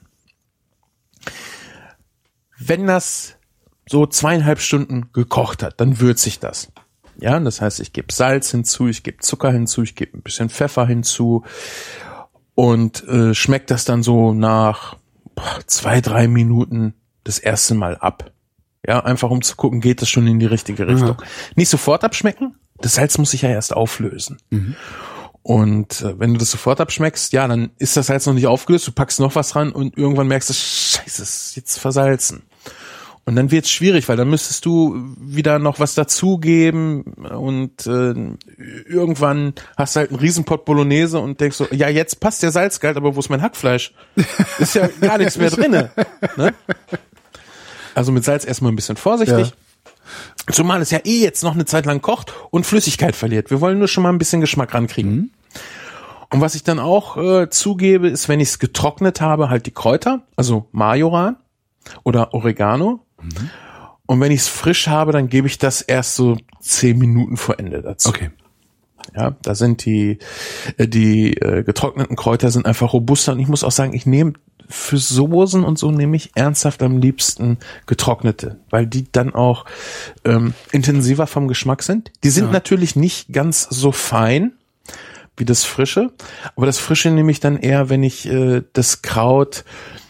Wenn das so 2,5 Stunden gekocht hat, dann würze ich das. Ja, das heißt, ich gebe Salz hinzu, ich gebe Zucker hinzu, ich gebe ein bisschen Pfeffer hinzu und schmeckt das dann so nach 2-3 Minuten das erste Mal ab. Ja, einfach um zu gucken, geht das schon in die richtige Richtung. Nicht sofort abschmecken, das Salz muss sich ja erst auflösen. Und wenn du das sofort abschmeckst, ja, dann ist das Salz noch nicht aufgelöst, du packst noch was ran und irgendwann merkst du, scheiße, ist jetzt versalzen. Und dann wird's schwierig, weil dann müsstest du wieder noch was dazugeben und irgendwann hast du halt einen Riesenpott Bolognese und denkst so, ja, jetzt passt der Salzgehalt, aber wo ist mein Hackfleisch? Ist ja gar nichts mehr drinne. Ne? Also mit Salz erstmal ein bisschen vorsichtig. Ja. Zumal es ja jetzt noch eine Zeit lang kocht und Flüssigkeit verliert. Wir wollen nur schon mal ein bisschen Geschmack rankriegen. Und was ich dann auch zugebe, ist, wenn ich es getrocknet habe, halt die Kräuter, also Majoran oder Oregano. Und wenn ich es frisch habe, dann gebe ich das erst so 10 Minuten vor Ende dazu. Okay. Ja, da sind die getrockneten Kräuter sind einfach robuster. Und ich muss auch sagen, ich nehme für Soßen und so nehme ich ernsthaft am liebsten getrocknete, weil die dann auch intensiver vom Geschmack sind. Die sind natürlich nicht ganz so fein wie das Frische, aber das Frische nehme ich dann eher, wenn ich das Kraut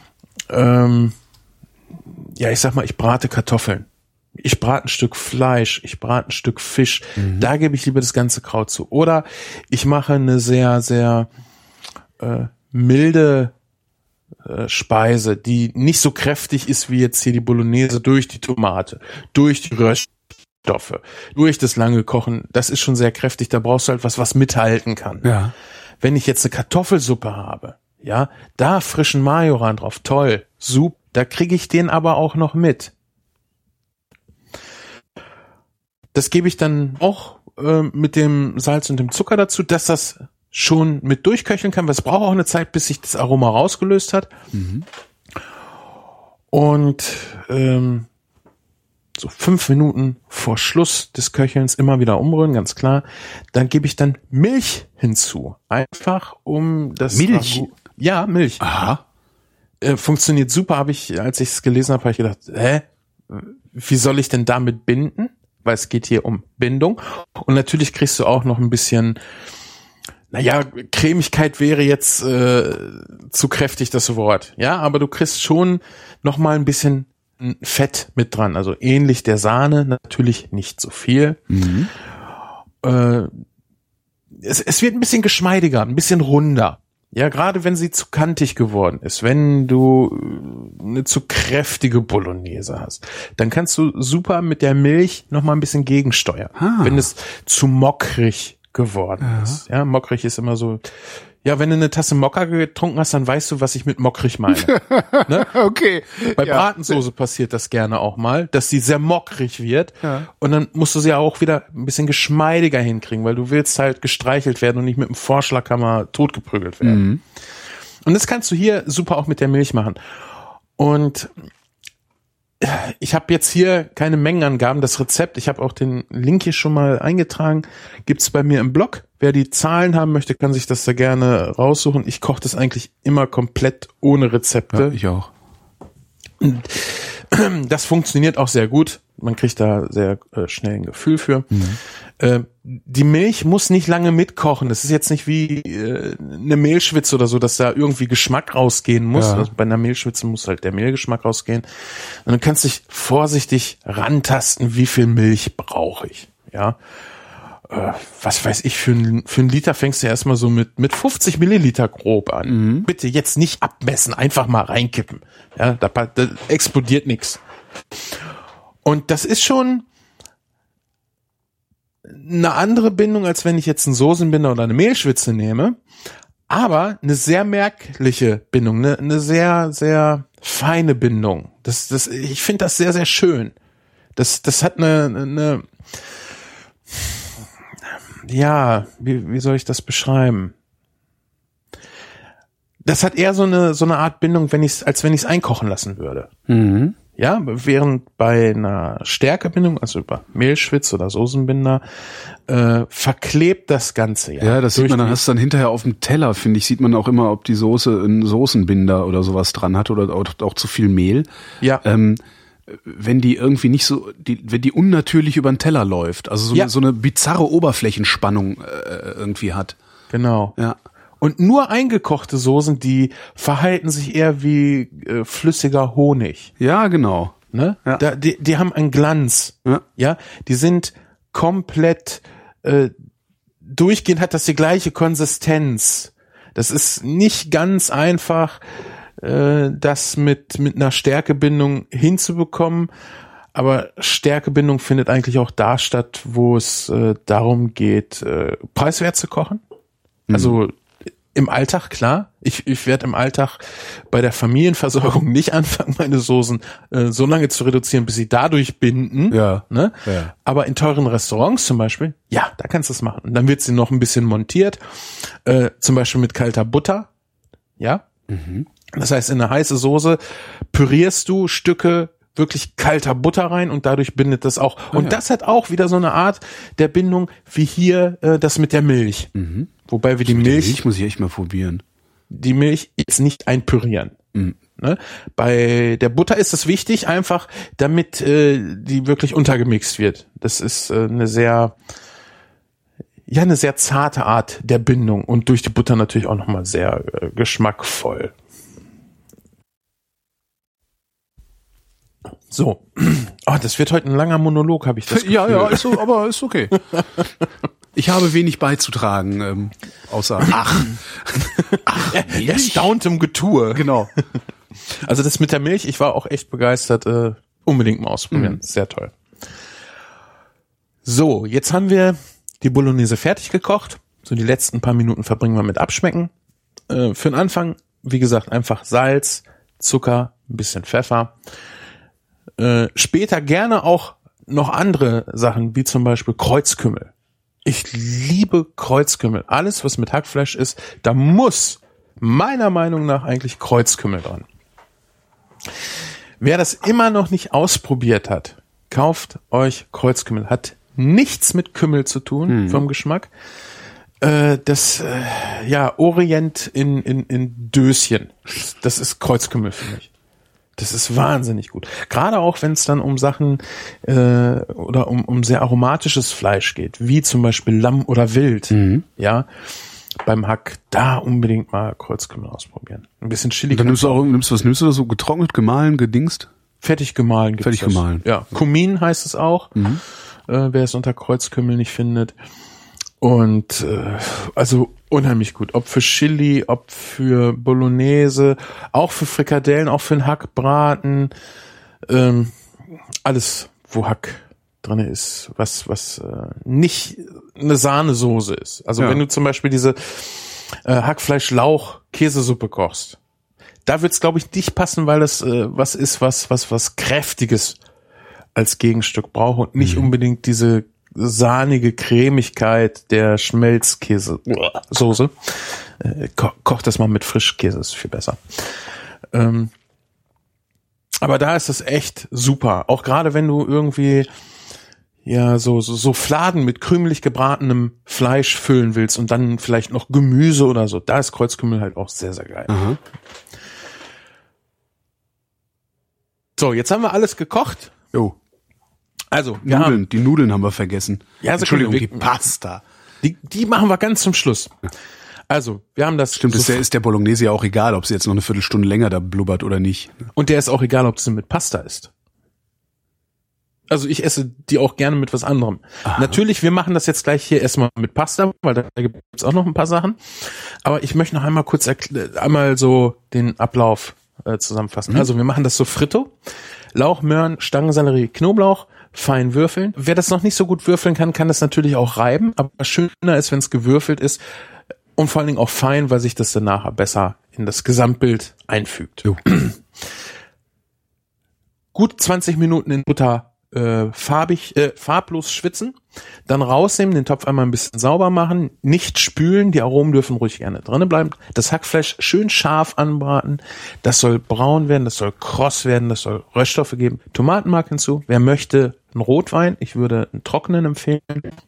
ich sag mal, ich brate Kartoffeln. Ich brate ein Stück Fleisch, ich brate ein Stück Fisch. Da gebe ich lieber das ganze Kraut zu. Oder ich mache eine sehr, sehr milde Speise, die nicht so kräftig ist wie jetzt hier die Bolognese durch die Tomate, durch die Röststoffe, durch das lange Kochen. Das ist schon sehr kräftig. Da brauchst du halt was mithalten kann. Ja. Wenn ich jetzt eine Kartoffelsuppe habe, ja, da frischen Majoran drauf, toll, super. Da kriege ich den aber auch noch mit. Das gebe ich dann auch mit dem Salz und dem Zucker dazu, dass das schon mit durchköcheln kann, weil es braucht auch eine Zeit, bis sich das Aroma rausgelöst hat. Und so 5 Minuten vor Schluss des Köchelns immer wieder umrühren, ganz klar. Dann gebe ich dann Milch hinzu. Einfach um das... Milch? Ja, Milch. Aha. Funktioniert super, als ich es gelesen habe ich gedacht, wie soll ich denn damit binden? Weil es geht hier um Bindung. Und natürlich kriegst du auch noch ein bisschen, Cremigkeit wäre jetzt zu kräftig das Wort. Ja, aber du kriegst schon noch mal ein bisschen Fett mit dran. Also ähnlich der Sahne, natürlich nicht so viel. Es wird ein bisschen geschmeidiger, ein bisschen runder. Ja, gerade wenn sie zu kantig geworden ist, wenn du eine zu kräftige Bolognese hast, dann kannst du super mit der Milch noch mal ein bisschen gegensteuern. Wenn es zu mockrig geworden ist. Ja, mockrig ist immer so, ja, wenn du eine Tasse Mokka getrunken hast, dann weißt du, was ich mit mockrig meine. Ne? Okay. Bei Bratensoße passiert das gerne auch mal, dass sie sehr mockrig wird. Und dann musst du sie auch wieder ein bisschen geschmeidiger hinkriegen, weil du willst halt gestreichelt werden und nicht mit dem Vorschlaghammer totgeprügelt werden. Und das kannst du hier super auch mit der Milch machen. Und ich habe jetzt hier keine Mengenangaben, das Rezept, ich habe auch den Link hier schon mal eingetragen, gibt's bei mir im Blog. Wer die Zahlen haben möchte, kann sich das da gerne raussuchen. Ich koche das eigentlich immer komplett ohne Rezepte. Ja, ich auch. Das funktioniert auch sehr gut. Man kriegt da sehr schnell ein Gefühl für. Die Milch muss nicht lange mitkochen. Das ist jetzt nicht wie eine Mehlschwitze oder so, dass da irgendwie Geschmack rausgehen muss. Also bei einer Mehlschwitze muss halt der Mehlgeschmack rausgehen. Und du kannst dich vorsichtig rantasten, wie viel Milch brauche ich. Ja. was weiß ich, für ein Liter fängst du erstmal so mit 50 Milliliter grob an. Bitte jetzt nicht abmessen, einfach mal reinkippen. Ja, da explodiert nichts. Und das ist schon eine andere Bindung, als wenn ich jetzt einen Soßenbinder oder eine Mehlschwitze nehme, aber eine sehr merkliche Bindung, eine sehr, sehr feine Bindung. Ich finde das sehr, sehr schön. Das hat eine ja, wie soll ich das beschreiben? Das hat eher so eine Art Bindung, als wenn ich es einkochen lassen würde. Mhm. Ja, während bei einer Stärkebindung, also über Mehlschwitz oder Soßenbinder, verklebt das Ganze ja. Ja, das sieht man, dann hast du dann hinterher auf dem Teller, finde ich, sieht man auch immer, ob die Soße einen Soßenbinder oder sowas dran hat oder auch zu viel Mehl. Ja. Wenn die irgendwie nicht so, wenn die unnatürlich über den Teller läuft, also so eine bizarre Oberflächenspannung irgendwie hat. Genau. Ja. Und nur eingekochte Soßen, die verhalten sich eher wie flüssiger Honig. Ja, genau. Ne? Ja. Die haben einen Glanz. Ja, die sind komplett durchgehend, hat das die gleiche Konsistenz. Das ist nicht ganz einfach, das mit einer Stärkebindung hinzubekommen, aber Stärkebindung findet eigentlich auch da statt, wo es darum geht, preiswert zu kochen. Also im Alltag, klar. Ich werde im Alltag bei der Familienversorgung nicht anfangen, meine Soßen so lange zu reduzieren, bis sie dadurch binden. Ja. Ne? Ja. Aber in teuren Restaurants zum Beispiel, ja, da kannst du es machen. Und dann wird sie noch ein bisschen montiert, zum Beispiel mit kalter Butter. Ja. Mhm. Das heißt, in eine heiße Soße pürierst du Stücke wirklich kalter Butter rein und dadurch bindet das auch. Und das hat auch wieder so eine Art der Bindung wie hier das mit der Milch. Mhm. Wobei wir die Milch muss ich echt mal probieren. Die Milch ist nicht einpürieren. Mhm. Ne? Bei der Butter ist es wichtig, einfach damit die wirklich untergemixt wird. Das ist eine sehr zarte Art der Bindung und durch die Butter natürlich auch nochmal sehr geschmackvoll. So, das wird heute ein langer Monolog, habe ich das Gefühl. Ja, ist so, aber ist okay. Ich habe wenig beizutragen, außer erstauntem Getue. Genau. Also das mit der Milch, ich war auch echt begeistert, unbedingt mal ausprobieren, sehr toll. So, jetzt haben wir die Bolognese fertig gekocht. So die letzten paar Minuten verbringen wir mit Abschmecken. Für den Anfang, wie gesagt, einfach Salz, Zucker, ein bisschen Pfeffer. Später gerne auch noch andere Sachen, wie zum Beispiel Kreuzkümmel. Ich liebe Kreuzkümmel. Alles, was mit Hackfleisch ist, da muss meiner Meinung nach eigentlich Kreuzkümmel dran. Wer das immer noch nicht ausprobiert hat, kauft euch Kreuzkümmel. Hat nichts mit Kümmel zu tun vom Geschmack. Orient in Döschen. Das ist Kreuzkümmel für mich. Das ist wahnsinnig gut. Gerade auch, wenn es dann um Sachen oder um sehr aromatisches Fleisch geht, wie zum Beispiel Lamm oder Wild. Ja, beim Hack da unbedingt mal Kreuzkümmel ausprobieren. Ein bisschen Chili. Dann nimmst du da so getrocknet, gemahlen, gedingst? Fertig gemahlen. Fertig gemahlen. Ja, Kumin heißt es auch. Wer es unter Kreuzkümmel nicht findet. Und also unheimlich gut. Ob für Chili, ob für Bolognese, auch für Frikadellen, auch für den Hackbraten. Alles, wo Hack drin ist, was nicht eine Sahnesoße ist. Also wenn du zum Beispiel diese Hackfleisch-Lauch-Käsesuppe kochst, da wird's, glaube ich, nicht passen, weil das was ist, was Kräftiges als Gegenstück braucht und nicht unbedingt diese sahnige Cremigkeit der Schmelzkäsesoße. Kocht das mal mit Frischkäse, ist viel besser. Aber da ist es echt super. Auch gerade wenn du irgendwie so Fladen mit krümelig gebratenem Fleisch füllen willst und dann vielleicht noch Gemüse oder so. Da ist Kreuzkümmel halt auch sehr, sehr geil. Aha. So, jetzt haben wir alles gekocht. Jo. Also, Die Nudeln haben wir vergessen. Ja, Entschuldigung, die Pasta. Die machen wir ganz zum Schluss. Also, wir haben das. Stimmt, ist der Bolognese ja auch egal, ob sie jetzt noch eine Viertelstunde länger da blubbert oder nicht. Und der ist auch egal, ob sie mit Pasta ist. Also ich esse die auch gerne mit was anderem. Aha. Natürlich, wir machen das jetzt gleich hier erstmal mit Pasta, weil da gibt's auch noch ein paar Sachen. Aber ich möchte noch einmal kurz einmal so den Ablauf zusammenfassen. Also wir machen das so Fritto. Lauch, Möhren, Stangensellerie, Knoblauch, fein würfeln. Wer das noch nicht so gut würfeln kann, kann das natürlich auch reiben. Aber schöner ist, wenn es gewürfelt ist. Und vor allen Dingen auch fein, weil sich das dann nachher besser in das Gesamtbild einfügt. Gut 20 Minuten in Butter farblos schwitzen, dann rausnehmen, den Topf einmal ein bisschen sauber machen, nicht spülen, die Aromen dürfen ruhig gerne drinnen bleiben, das Hackfleisch schön scharf anbraten, das soll braun werden, das soll kross werden, das soll Röststoffe geben, Tomatenmark hinzu, wer möchte einen Rotwein, ich würde einen trockenen empfehlen.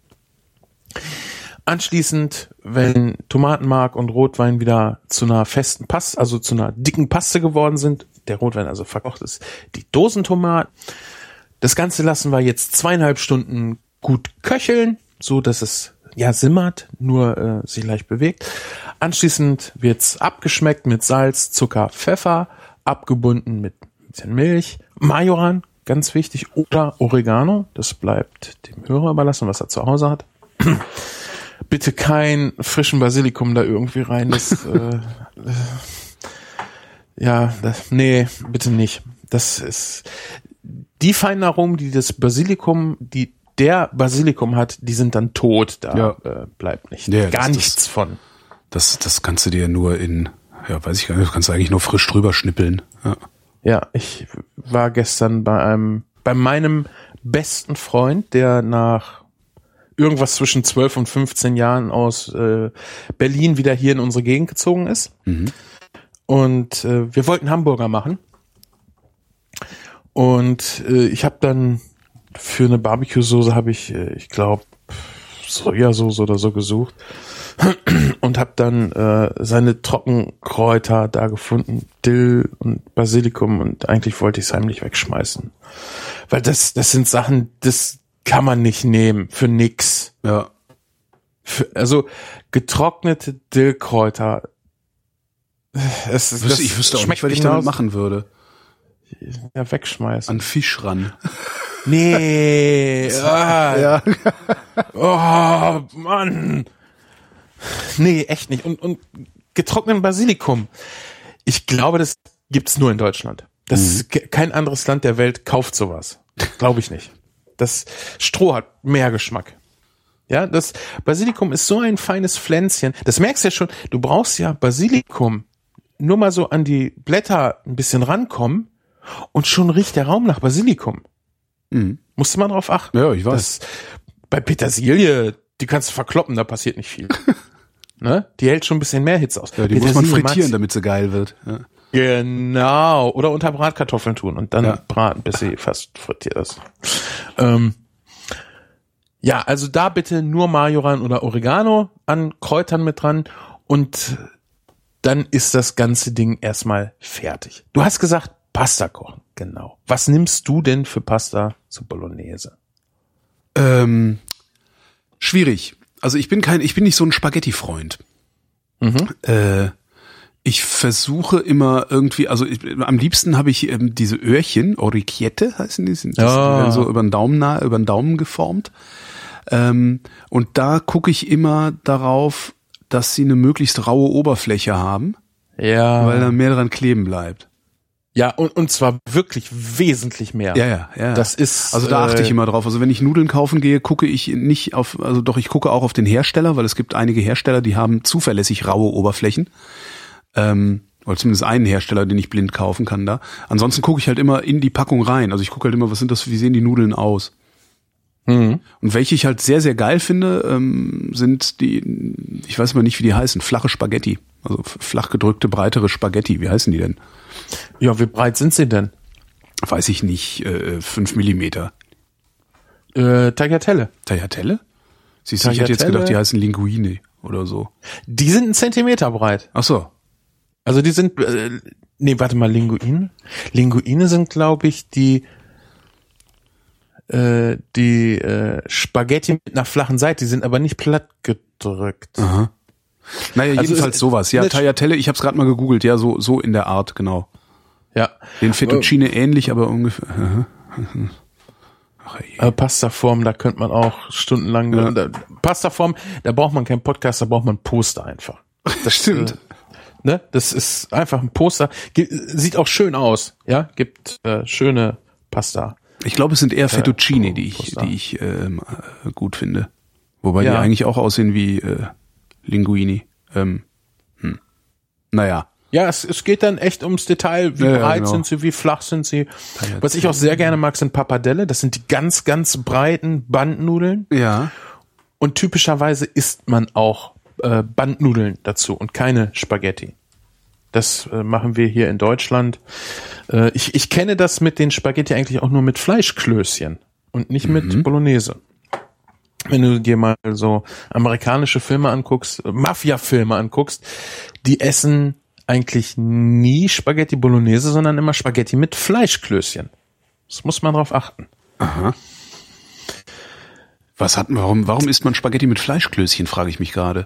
Anschließend, wenn Tomatenmark und Rotwein wieder zu einer festen Paste, also zu einer dicken Paste geworden sind, der Rotwein also verkocht ist, die Dosentomaten. Das Ganze lassen wir jetzt 2,5 Stunden gut köcheln, so dass es simmert, nur sich leicht bewegt. Anschließend wird's abgeschmeckt mit Salz, Zucker, Pfeffer, abgebunden mit ein bisschen Milch, Majoran, ganz wichtig, oder Oregano. Das bleibt dem Hörer überlassen, was er zu Hause hat. Bitte kein frischen Basilikum da irgendwie rein. Das, nee, bitte nicht. Das ist die feinen Aromen, die der Basilikum hat, die sind dann tot. Da bleibt nicht. Ja, gar nichts von. Das kannst du dir nur weiß ich gar nicht, das kannst du eigentlich nur frisch drüber schnippeln. Ja, ich war gestern bei meinem besten Freund, der nach irgendwas zwischen 12 und 15 Jahren aus Berlin wieder hier in unsere Gegend gezogen ist. Mhm. Und wir wollten Hamburger machen. Und ich habe dann für eine Barbecue-Soße habe ich glaube, Sojasauce oder so gesucht und habe dann seine Trockenkräuter da gefunden, Dill und Basilikum, und eigentlich wollte ich es heimlich wegschmeißen. Weil das sind Sachen, das kann man nicht nehmen, für nix. Ja. Also getrocknete Dillkräuter, ich wüsste auch nicht, was ich damit machen würde. Ja, wegschmeißen. An Fisch ran. Nee. Ja. Oh, Mann. Nee, echt nicht. Und getrockneten Basilikum. Ich glaube, das gibt's nur in Deutschland. Kein anderes Land der Welt kauft sowas. Glaube ich nicht. Das Stroh hat mehr Geschmack. Ja, das Basilikum ist so ein feines Pflänzchen. Das merkst du ja schon. Du brauchst ja Basilikum. Nur mal so an die Blätter ein bisschen rankommen. Und schon riecht der Raum nach Basilikum. Mhm. Musste man drauf achten. Ja, ich weiß. Bei Petersilie, die kannst du verkloppen, da passiert nicht viel. Ne? Die hält schon ein bisschen mehr Hitze aus. Ja, die muss man frittieren, damit sie geil wird. Ja. Genau. Oder unter Bratkartoffeln tun und dann braten, bis sie fast frittiert ist. Also da bitte nur Majoran oder Oregano an Kräutern mit dran, und dann ist das ganze Ding erstmal fertig. Du hast gesagt, Pasta kochen, genau. Was nimmst du denn für Pasta zu Bolognese? Schwierig. Also ich bin nicht so ein Spaghetti-Freund. Mhm. Ich versuche immer irgendwie, also am liebsten habe ich diese Öhrchen, Orecchiette heißen die, die werden so über den Daumen geformt. Und da gucke ich immer darauf, dass sie eine möglichst raue Oberfläche haben, weil dann mehr dran kleben bleibt. Ja, und zwar wirklich wesentlich mehr. Ja. Das ist, also da achte ich immer drauf. Also wenn ich Nudeln kaufen gehe, gucke ich nicht auf, ich gucke auch auf den Hersteller, weil es gibt einige Hersteller, die haben zuverlässig raue Oberflächen. Oder zumindest einen Hersteller, den ich blind kaufen kann da. Ansonsten gucke ich halt immer in die Packung rein. Also ich gucke halt immer, wie sehen die Nudeln aus? Mhm. Und welche ich halt sehr, sehr geil finde, sind die, ich weiß immer nicht, wie die heißen, flache Spaghetti. Also flach gedrückte, breitere Spaghetti. Wie heißen die denn? Ja, wie breit sind sie denn? Weiß ich nicht, 5 Millimeter. Tagliatelle. Tagliatelle? Siehst du, ich hätte jetzt gedacht, die heißen Linguine oder so. Die sind 1 Zentimeter breit. Ach so. Also die sind, Linguine? Linguine sind, glaube ich, die Spaghetti mit einer flachen Seite, die sind aber nicht platt gedrückt. Aha. Naja, jedenfalls sowas. Ja, Tagliatelle, ich habe es gerade mal gegoogelt, ja, so in der Art, genau. Ja. Den Fettuccine ähnlich, aber ungefähr. Pastaform, da könnte man auch stundenlang, Pastaform, da braucht man keinen Podcast, da braucht man ein Poster einfach. Das stimmt. Das ist einfach ein Poster. Sieht auch schön aus, ja, gibt schöne Pasta. Ich glaube, es sind eher Fettuccine, die ich gut finde. Wobei die eigentlich auch aussehen wie Linguini. Naja. Ja, es geht dann echt ums Detail, wie breit sind sie, wie flach sind sie. Was ich auch sehr gerne mag, sind Pappardelle. Das sind die ganz, ganz breiten Bandnudeln. Ja. Und typischerweise isst man auch Bandnudeln dazu und keine Spaghetti. Das machen wir hier in Deutschland. Ich kenne das mit den Spaghetti eigentlich auch nur mit Fleischklößchen und nicht mit Bolognese. Wenn du dir mal so amerikanische Filme anguckst, Mafia-Filme anguckst, die essen eigentlich nie Spaghetti Bolognese, sondern immer Spaghetti mit Fleischklößchen. Das muss man drauf achten. Aha. Warum isst man Spaghetti mit Fleischklößchen, frage ich mich gerade.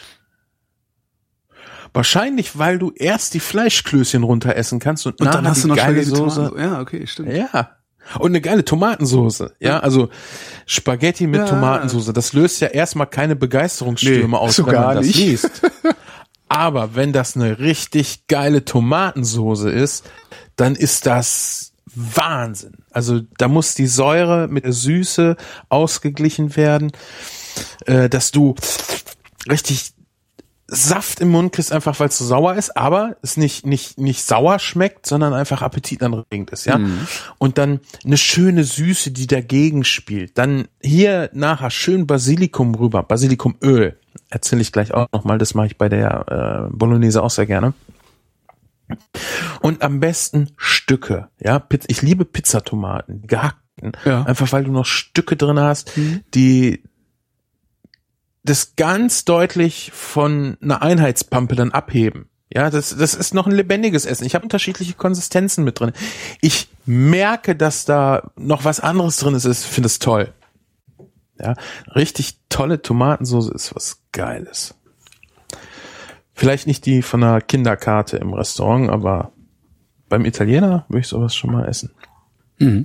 Wahrscheinlich, weil du erst die Fleischklößchen runter essen kannst und dann hast du noch geile Spaghetti Soße. Ja, okay, stimmt. Ja. Und eine geile Tomatensoße. Ja, also Spaghetti mit Tomatensoße. Das löst ja erstmal keine Begeisterungsstürme aus, so wenn man gar das nicht. liest. Aber wenn das eine richtig geile Tomatensoße ist, dann ist das Wahnsinn. Also da muss die Säure mit der Süße ausgeglichen werden, dass du richtig Saft im Mund kriegst, einfach weil es so sauer ist, aber es nicht sauer schmeckt, sondern einfach appetitanregend ist, ja. Und dann eine schöne Süße, die dagegen spielt. Dann hier nachher schön Basilikum rüber, Basilikumöl. Erzähle ich gleich auch nochmal, das mache ich bei der Bolognese auch sehr gerne. Und am besten Stücke, ja. Ich liebe Pizzatomaten, gehackten, einfach weil du noch Stücke drin hast, die das ganz deutlich von einer Einheitspampe dann abheben. Ja, das ist noch ein lebendiges Essen. Ich habe unterschiedliche Konsistenzen mit drin. Ich merke, dass da noch was anderes drin ist. Ich finde es toll. Ja, richtig tolle Tomatensauce ist was Geiles. Vielleicht nicht die von einer Kinderkarte im Restaurant, aber beim Italiener würde ich sowas schon mal essen. Mhm.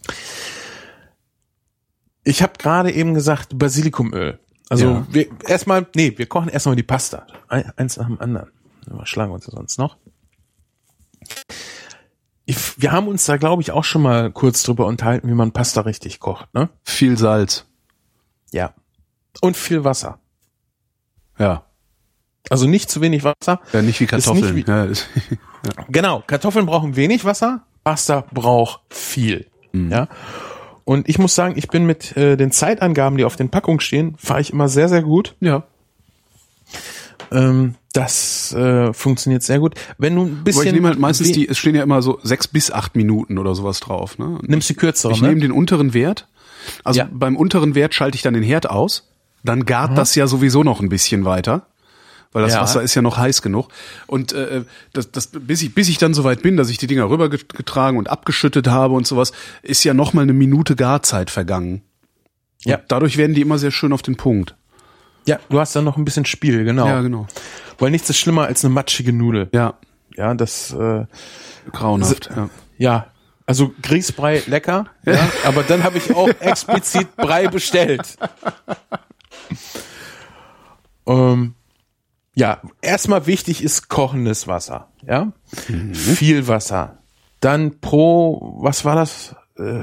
Ich habe gerade eben gesagt Basilikumöl. Also wir kochen erstmal die Pasta. Eins nach dem anderen. Wir schlagen uns ja sonst noch. Wir haben uns da, glaube ich, auch schon mal kurz drüber unterhalten, wie man Pasta richtig kocht, ne? Viel Salz. Ja. Und viel Wasser. Ja. Also nicht zu wenig Wasser. Ja, nicht wie Kartoffeln. Genau, Kartoffeln brauchen wenig Wasser, Pasta braucht viel. Ja. Und ich muss sagen, ich bin mit den Zeitangaben, die auf den Packungen stehen, fahre ich immer sehr, sehr gut. Ja. Das funktioniert sehr gut. Wenn du ein bisschen... Aber ich nehme halt meistens es stehen ja immer so 6 bis 8 Minuten oder sowas drauf. Ne? Nimmst die kürzere, Ich nehme den unteren Wert. Also beim unteren Wert schalte ich dann den Herd aus. Dann gart das ja sowieso noch ein bisschen weiter. Weil das Wasser ist ja noch heiß genug. Und bis ich dann soweit bin, dass ich die Dinger rübergetragen und abgeschüttet habe und sowas, ist ja noch mal eine Minute Garzeit vergangen. Ja. Und dadurch werden die immer sehr schön auf den Punkt. Ja, du hast dann noch ein bisschen Spiel, genau. Ja, genau. Weil nichts ist schlimmer als eine matschige Nudel. Ja. Ja, das grauenhaft. Ja. Also Grießbrei lecker, ja, aber dann habe ich auch explizit Brei bestellt. Ja, erstmal wichtig ist kochendes Wasser, ja. Viel Wasser. Dann was war das?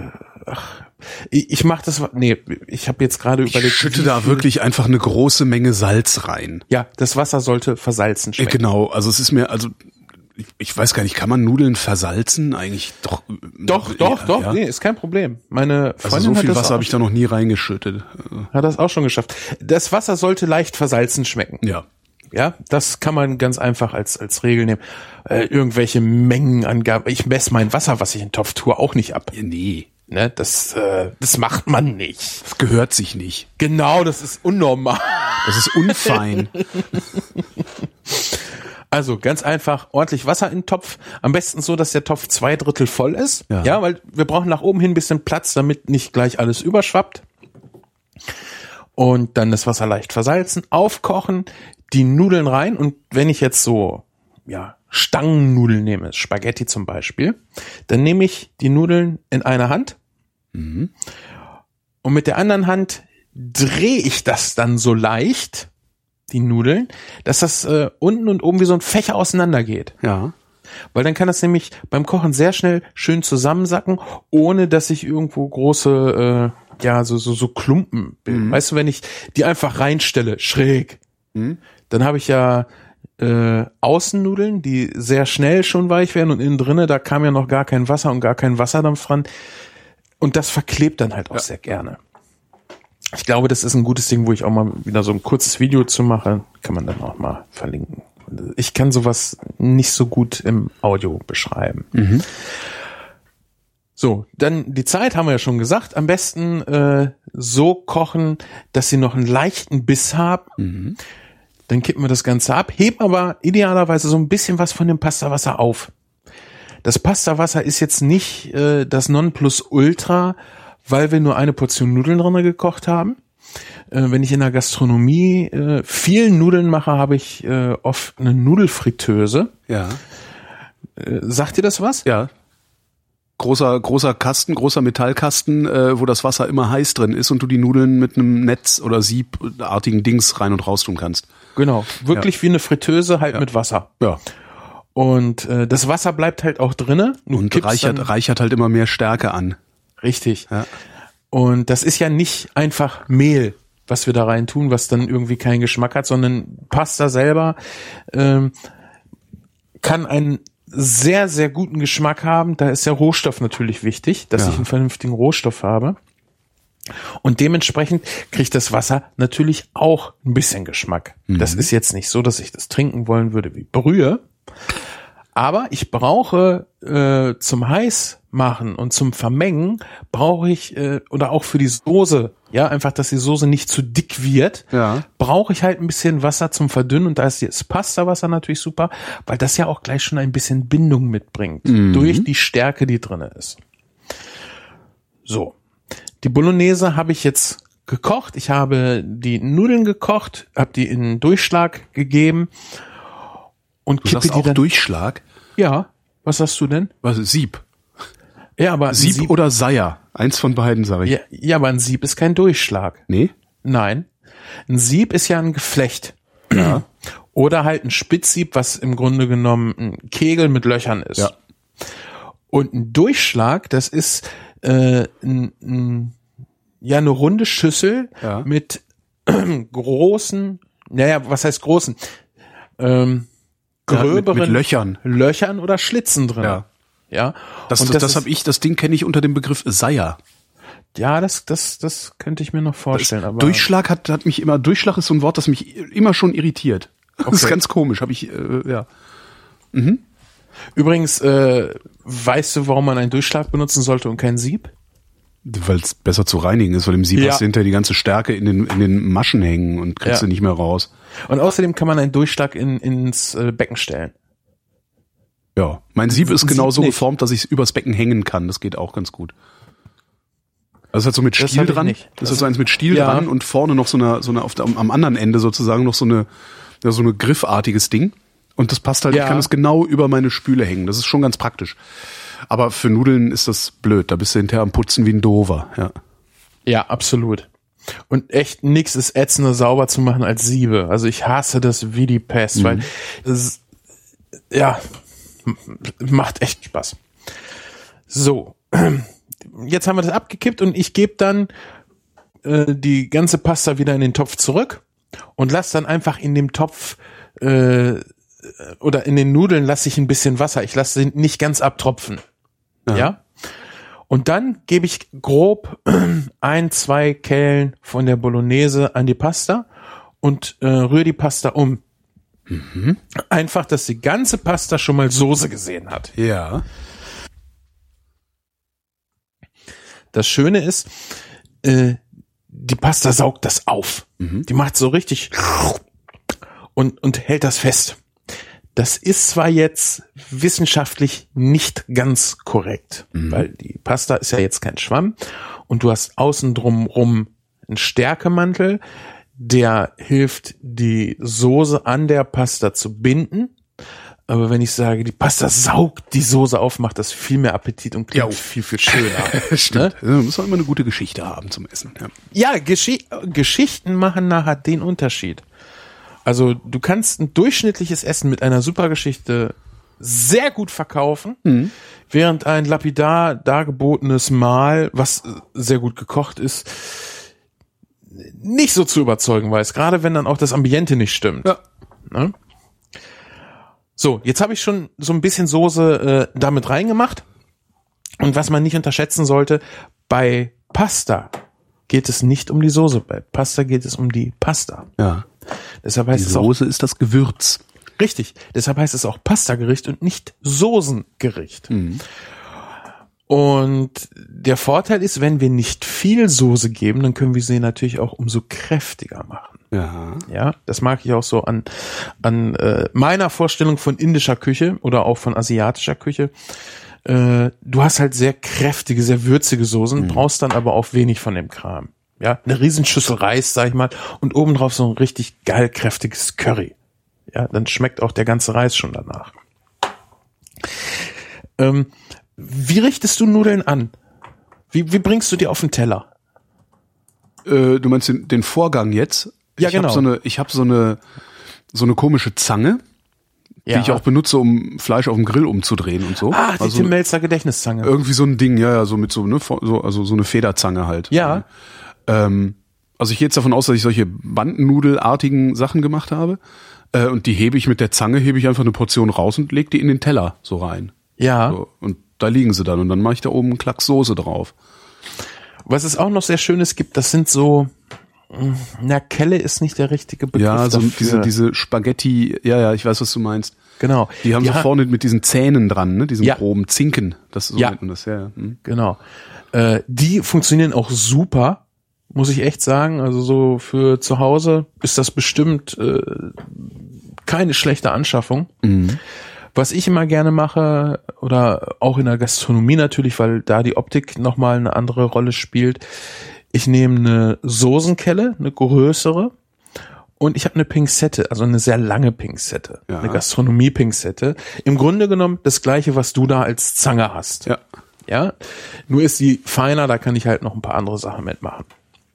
Ich mache das, ich habe jetzt gerade überlegt. Ich schütte da wirklich einfach eine große Menge Salz rein. Ja, das Wasser sollte versalzen schmecken. Genau, also es ist mir, ich weiß gar nicht, kann man Nudeln versalzen? Eigentlich doch. Doch, nee, ist kein Problem. Meine Freundin also so viel hat Wasser habe ich da noch nie reingeschüttet. Hat das auch schon geschafft. Das Wasser sollte leicht versalzen schmecken. Ja. Ja, das kann man ganz einfach als Regel nehmen. Irgendwelche Mengenangaben. Ich messe mein Wasser, was ich in den Topf tue, auch nicht ab. Nee. Ne, das macht man nicht. Das gehört sich nicht. Genau, das ist unnormal. Das ist unfein. Also ganz einfach ordentlich Wasser in den Topf. Am besten so, dass der Topf 2/3 voll ist. Ja, weil wir brauchen nach oben hin ein bisschen Platz, damit nicht gleich alles überschwappt. Und dann das Wasser leicht versalzen, aufkochen, die Nudeln rein. Und wenn ich jetzt so, Stangennudeln nehme, Spaghetti zum Beispiel, dann nehme ich die Nudeln in einer Hand Und mit der anderen Hand drehe ich das dann so leicht, die Nudeln, dass das unten und oben wie so ein Fächer auseinandergeht. Ja. Weil dann kann das nämlich beim Kochen sehr schnell schön zusammensacken, ohne dass ich irgendwo große, so Klumpen bilden. Weißt du, wenn ich die einfach reinstelle, schräg, dann habe ich ja Außennudeln, die sehr schnell schon weich werden und innen drinne, da kam ja noch gar kein Wasser und gar kein Wasserdampf dran. Und das verklebt dann halt auch sehr gerne. Ich glaube, das ist ein gutes Ding, wo ich auch mal wieder so ein kurzes Video zu mache. Kann man dann auch mal verlinken. Ich kann sowas nicht so gut im Audio beschreiben. So, dann die Zeit haben wir ja schon gesagt. Am besten so kochen, dass sie noch einen leichten Biss haben. Dann kippen wir das Ganze ab, heben aber idealerweise so ein bisschen was von dem Pastawasser auf. Das Pastawasser ist jetzt nicht das Nonplusultra, weil wir nur eine Portion Nudeln drin gekocht haben. Wenn ich in der Gastronomie viel Nudeln mache, habe ich oft eine Nudelfritteuse. Ja. Sagt dir das was? Ja. Großer Kasten, großer Metallkasten, wo das Wasser immer heiß drin ist und du die Nudeln mit einem Netz oder Siebartigen Dings rein und raus tun kannst. Genau, wirklich wie eine Fritteuse, halt mit Wasser. Ja. Und das Wasser bleibt halt auch drinne. Und reichert halt immer mehr Stärke an. Richtig. Ja. Und das ist ja nicht einfach Mehl, was wir da rein tun, was dann irgendwie keinen Geschmack hat, sondern Pasta selber kann einen sehr, sehr guten Geschmack haben. Da ist der Rohstoff natürlich wichtig, dass ich einen vernünftigen Rohstoff habe. Und dementsprechend kriegt das Wasser natürlich auch ein bisschen Geschmack. Das ist jetzt nicht so, dass ich das trinken wollen würde wie Brühe. Aber ich brauche zum Heißmachen und zum Vermengen brauche ich oder auch für die Soße, ja, einfach, dass die Soße nicht zu dick wird, brauche ich halt ein bisschen Wasser zum Verdünnen und da ist das Pastawasser natürlich super, weil das ja auch gleich schon ein bisschen Bindung mitbringt durch die Stärke, die drinne ist. So, die Bolognese habe ich jetzt gekocht. Ich habe die Nudeln gekocht, habe die in einen Durchschlag gegeben. Und du sagst auch dann Durchschlag? Ja. Was sagst du denn? Was ist Sieb? Ja, aber Sieb oder Seier. Eins von beiden, sage ich. Ja, aber ein Sieb ist kein Durchschlag. Nee? Nein. Ein Sieb ist ja ein Geflecht. Ja. Oder halt ein Spitzsieb, was im Grunde genommen ein Kegel mit Löchern ist. Ja. Und ein Durchschlag, das ist eine runde Schüssel mit großen, was heißt großen? Gröberen mit Löchern oder Schlitzen drin. Ja. Das Ding kenne ich unter dem Begriff Seier. Ja, das könnte ich mir noch vorstellen. Aber Durchschlag Durchschlag ist so ein Wort, das mich immer schon irritiert. Das ist ganz komisch, Übrigens, weißt du, warum man einen Durchschlag benutzen sollte und kein Sieb? Weil es besser zu reinigen ist, weil im Sieb hast du hinterher die ganze Stärke in den Maschen hängen und kriegst du nicht mehr raus. Und außerdem kann man einen Durchschlag ins Becken stellen. Ja, mein Sieb ist genau so geformt, dass ich es übers Becken hängen kann. Das geht auch ganz gut. Also es hat so mit Stiel dran. Das ist so eins mit Stiel dran und vorne noch so eine am anderen Ende sozusagen noch so eine griffartiges Ding. Und das passt halt, ich kann es genau über meine Spüle hängen. Das ist schon ganz praktisch. Aber für Nudeln ist das blöd. Da bist du hinterher am Putzen wie ein Dover. Ja, absolut. Und echt nix ist ätzender sauber zu machen als Siebe. Also ich hasse das wie die Pest, weil es, macht echt Spaß. So, jetzt haben wir das abgekippt und ich gebe dann die ganze Pasta wieder in den Topf zurück und lasse dann einfach in dem Topf oder in den Nudeln lasse ich ein bisschen Wasser. Ich lasse sie nicht ganz abtropfen. Ja. Und dann gebe ich grob 1-2 Kellen von der Bolognese an die Pasta und rühre die Pasta um. Einfach, dass die ganze Pasta schon mal Soße gesehen hat. Ja. Das Schöne ist, die Pasta saugt das auf. Die macht so richtig und hält das fest. Das ist zwar jetzt wissenschaftlich nicht ganz korrekt, weil die Pasta ist ja jetzt kein Schwamm und du hast außen drumrum einen Stärkemantel, der hilft, die Soße an der Pasta zu binden. Aber wenn ich sage, die Pasta saugt die Soße auf, macht das viel mehr Appetit und klingt viel, viel schöner. Stimmt. Ne? Da muss man immer eine gute Geschichte haben zum Essen. Ja, Geschichten machen nachher den Unterschied. Also du kannst ein durchschnittliches Essen mit einer super Geschichte sehr gut verkaufen, während ein lapidar dargebotenes Mahl, was sehr gut gekocht ist, nicht so zu überzeugen weiß. Gerade wenn dann auch das Ambiente nicht stimmt. Ja. Ne? So, jetzt habe ich schon so ein bisschen Soße damit reingemacht. Und was man nicht unterschätzen sollte, bei Pasta geht es nicht um die Soße. Bei Pasta geht es um die Pasta. Ja. Deshalb heißt Die es auch, Soße ist das Gewürz. richtig, deshalb heißt es auch Pastagericht und nicht Soßengericht. Und der Vorteil ist, wenn wir nicht viel Soße geben, dann können wir sie natürlich auch umso kräftiger machen. Ja. Ja, das mag ich auch so an meiner Vorstellung von indischer Küche oder auch von asiatischer Küche. Du hast halt sehr kräftige, sehr würzige Soßen, brauchst dann aber auch wenig von dem Kram. Ja, eine Riesenschüssel Reis, sag ich mal, und obendrauf so ein richtig geil kräftiges Curry. Ja, dann schmeckt auch der ganze Reis schon danach. Wie richtest du Nudeln an? Wie bringst du die auf den Teller? Du meinst den Vorgang jetzt? Ja, genau. Ich habe so eine komische Zange, die Ja. ich auch benutze, um Fleisch auf dem Grill umzudrehen und so. Die Tim Melzer Gedächtniszange. Irgendwie so ein Ding, ja, so mit so, ne, also so eine Federzange halt. Ja. Also ich gehe jetzt davon aus, dass ich solche Bandnudelartigen Sachen gemacht habe. Und die hebe ich mit der Zange, einfach eine Portion raus und leg die in den Teller so rein. Ja. So, und da liegen sie dann. Und dann mache ich da oben einen Klacks Soße drauf. Was es auch noch sehr Schönes gibt, das sind so, Kelle ist nicht der richtige Begriff Ja, so dafür. diese Spaghetti, ja, ich weiß, was du meinst. Genau. Die haben so vorne mit diesen Zähnen dran, ne? Diesen Ja. groben Zinken. Das so Ja. nennt man das, ja. Genau. Die funktionieren auch super, muss ich echt sagen. Also so für zu Hause ist das bestimmt keine schlechte Anschaffung. Was ich immer gerne mache, oder auch in der Gastronomie natürlich, weil da die Optik nochmal eine andere Rolle spielt, ich nehme eine Soßenkelle, eine größere, und ich habe eine Pinzette, also eine sehr lange Pinzette, Ja. eine Gastronomie-Pinzette. Im Grunde genommen das gleiche, was du da als Zange hast. Ja. Ja, nur ist die feiner, da kann ich halt noch ein paar andere Sachen mitmachen.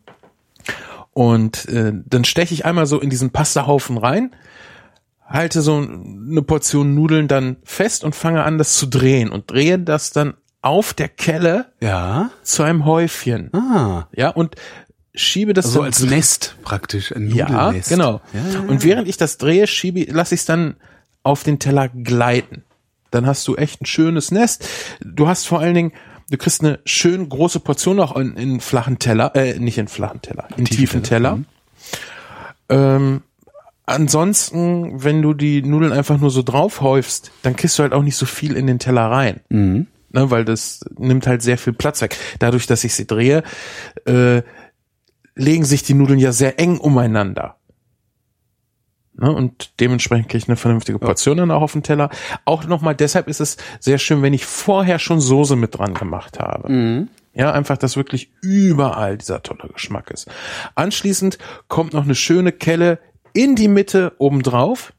Und dann steche ich einmal so in diesen Pastahaufen rein, halte so eine Portion Nudeln dann fest und fange an, das zu drehen und drehe das dann auf der Kelle Ja. zu einem Häufchen. Ja, und schiebe das So dann als Nest praktisch, ein ja, Nudelnest. genau. Ja. Und während ich das drehe, lasse ich es dann auf den Teller gleiten. Dann hast du echt ein schönes Nest. Du hast vor allen Dingen, du kriegst eine schön große Portion auch in flachen Teller, nicht in flachen Teller, in tiefen Teller. Ansonsten, wenn du die Nudeln einfach nur so drauf häufst, dann kriegst du halt auch nicht so viel in den Teller rein. Ne, weil das nimmt halt sehr viel Platz weg. Dadurch, dass ich sie drehe, legen sich die Nudeln ja sehr eng umeinander. Ne, und dementsprechend kriege ich eine vernünftige Portion dann auch auf den Teller. Auch nochmal, deshalb ist es sehr schön, wenn ich vorher schon Soße mit dran gemacht habe. Ja, einfach, dass wirklich überall dieser tolle Geschmack ist. Anschließend kommt noch eine schöne Kelle in die Mitte obendrauf.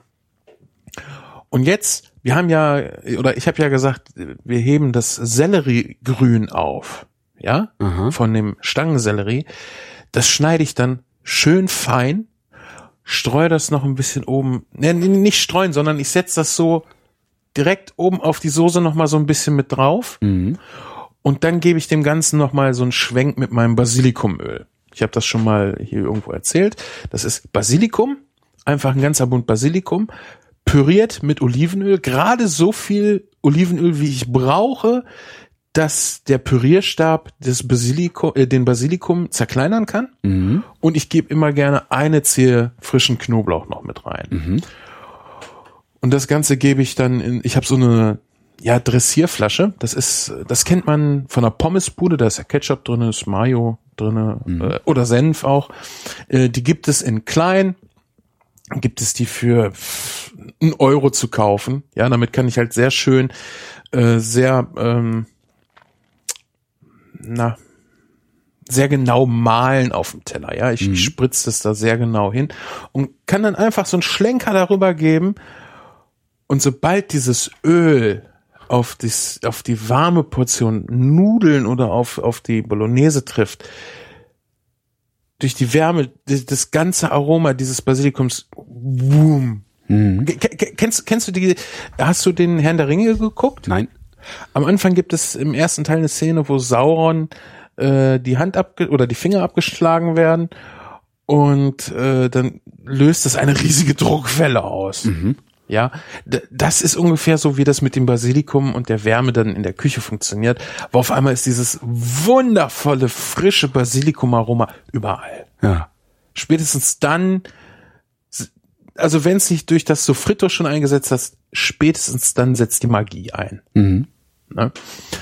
Und jetzt, ich habe ja gesagt, wir heben das Selleriegrün auf. Ja, von dem Stangensellerie. Das schneide ich dann schön fein, streue das noch ein bisschen oben, nicht streuen, sondern ich setze das so direkt oben auf die Soße noch mal so ein bisschen mit drauf. Und dann gebe ich dem Ganzen noch mal so einen Schwenk mit meinem Basilikumöl. Ich habe das schon mal hier irgendwo erzählt. Das ist Basilikum, einfach ein ganzer Bund Basilikum, püriert mit Olivenöl, gerade so viel Olivenöl, wie ich brauche, dass der Pürierstab den Basilikum zerkleinern kann. Und ich gebe immer gerne eine Zehe frischen Knoblauch noch mit rein. Und das Ganze gebe ich dann ich habe so eine Dressierflasche. Das kennt man von der Pommesbude, da ist ja Ketchup drin, ist Mayo drin, oder Senf auch. Die gibt es in klein. Gibt es die für 1 Euro zu kaufen. Ja, damit kann ich halt sehr schön, sehr genau mahlen auf dem Teller. Ja, ich spritze das da sehr genau hin und kann dann einfach so einen Schlenker darüber geben Und sobald dieses Öl auf die warme Portion Nudeln oder auf die Bolognese trifft, durch die Wärme, das ganze Aroma dieses Basilikums, boom. Kennst du hast du den Herrn der Ringe geguckt? Nein. Am Anfang gibt es im ersten Teil eine Szene, wo Sauron die Hand oder die Finger abgeschlagen werden und dann löst das eine riesige Druckwelle aus. Ja, das ist ungefähr so, wie das mit dem Basilikum und der Wärme dann in der Küche funktioniert. Aber auf einmal ist dieses wundervolle, frische Basilikum-Aroma überall. Ja. Spätestens dann, also wenn es nicht durch das Sofrito schon eingesetzt hast, spätestens dann setzt die Magie ein. Ne?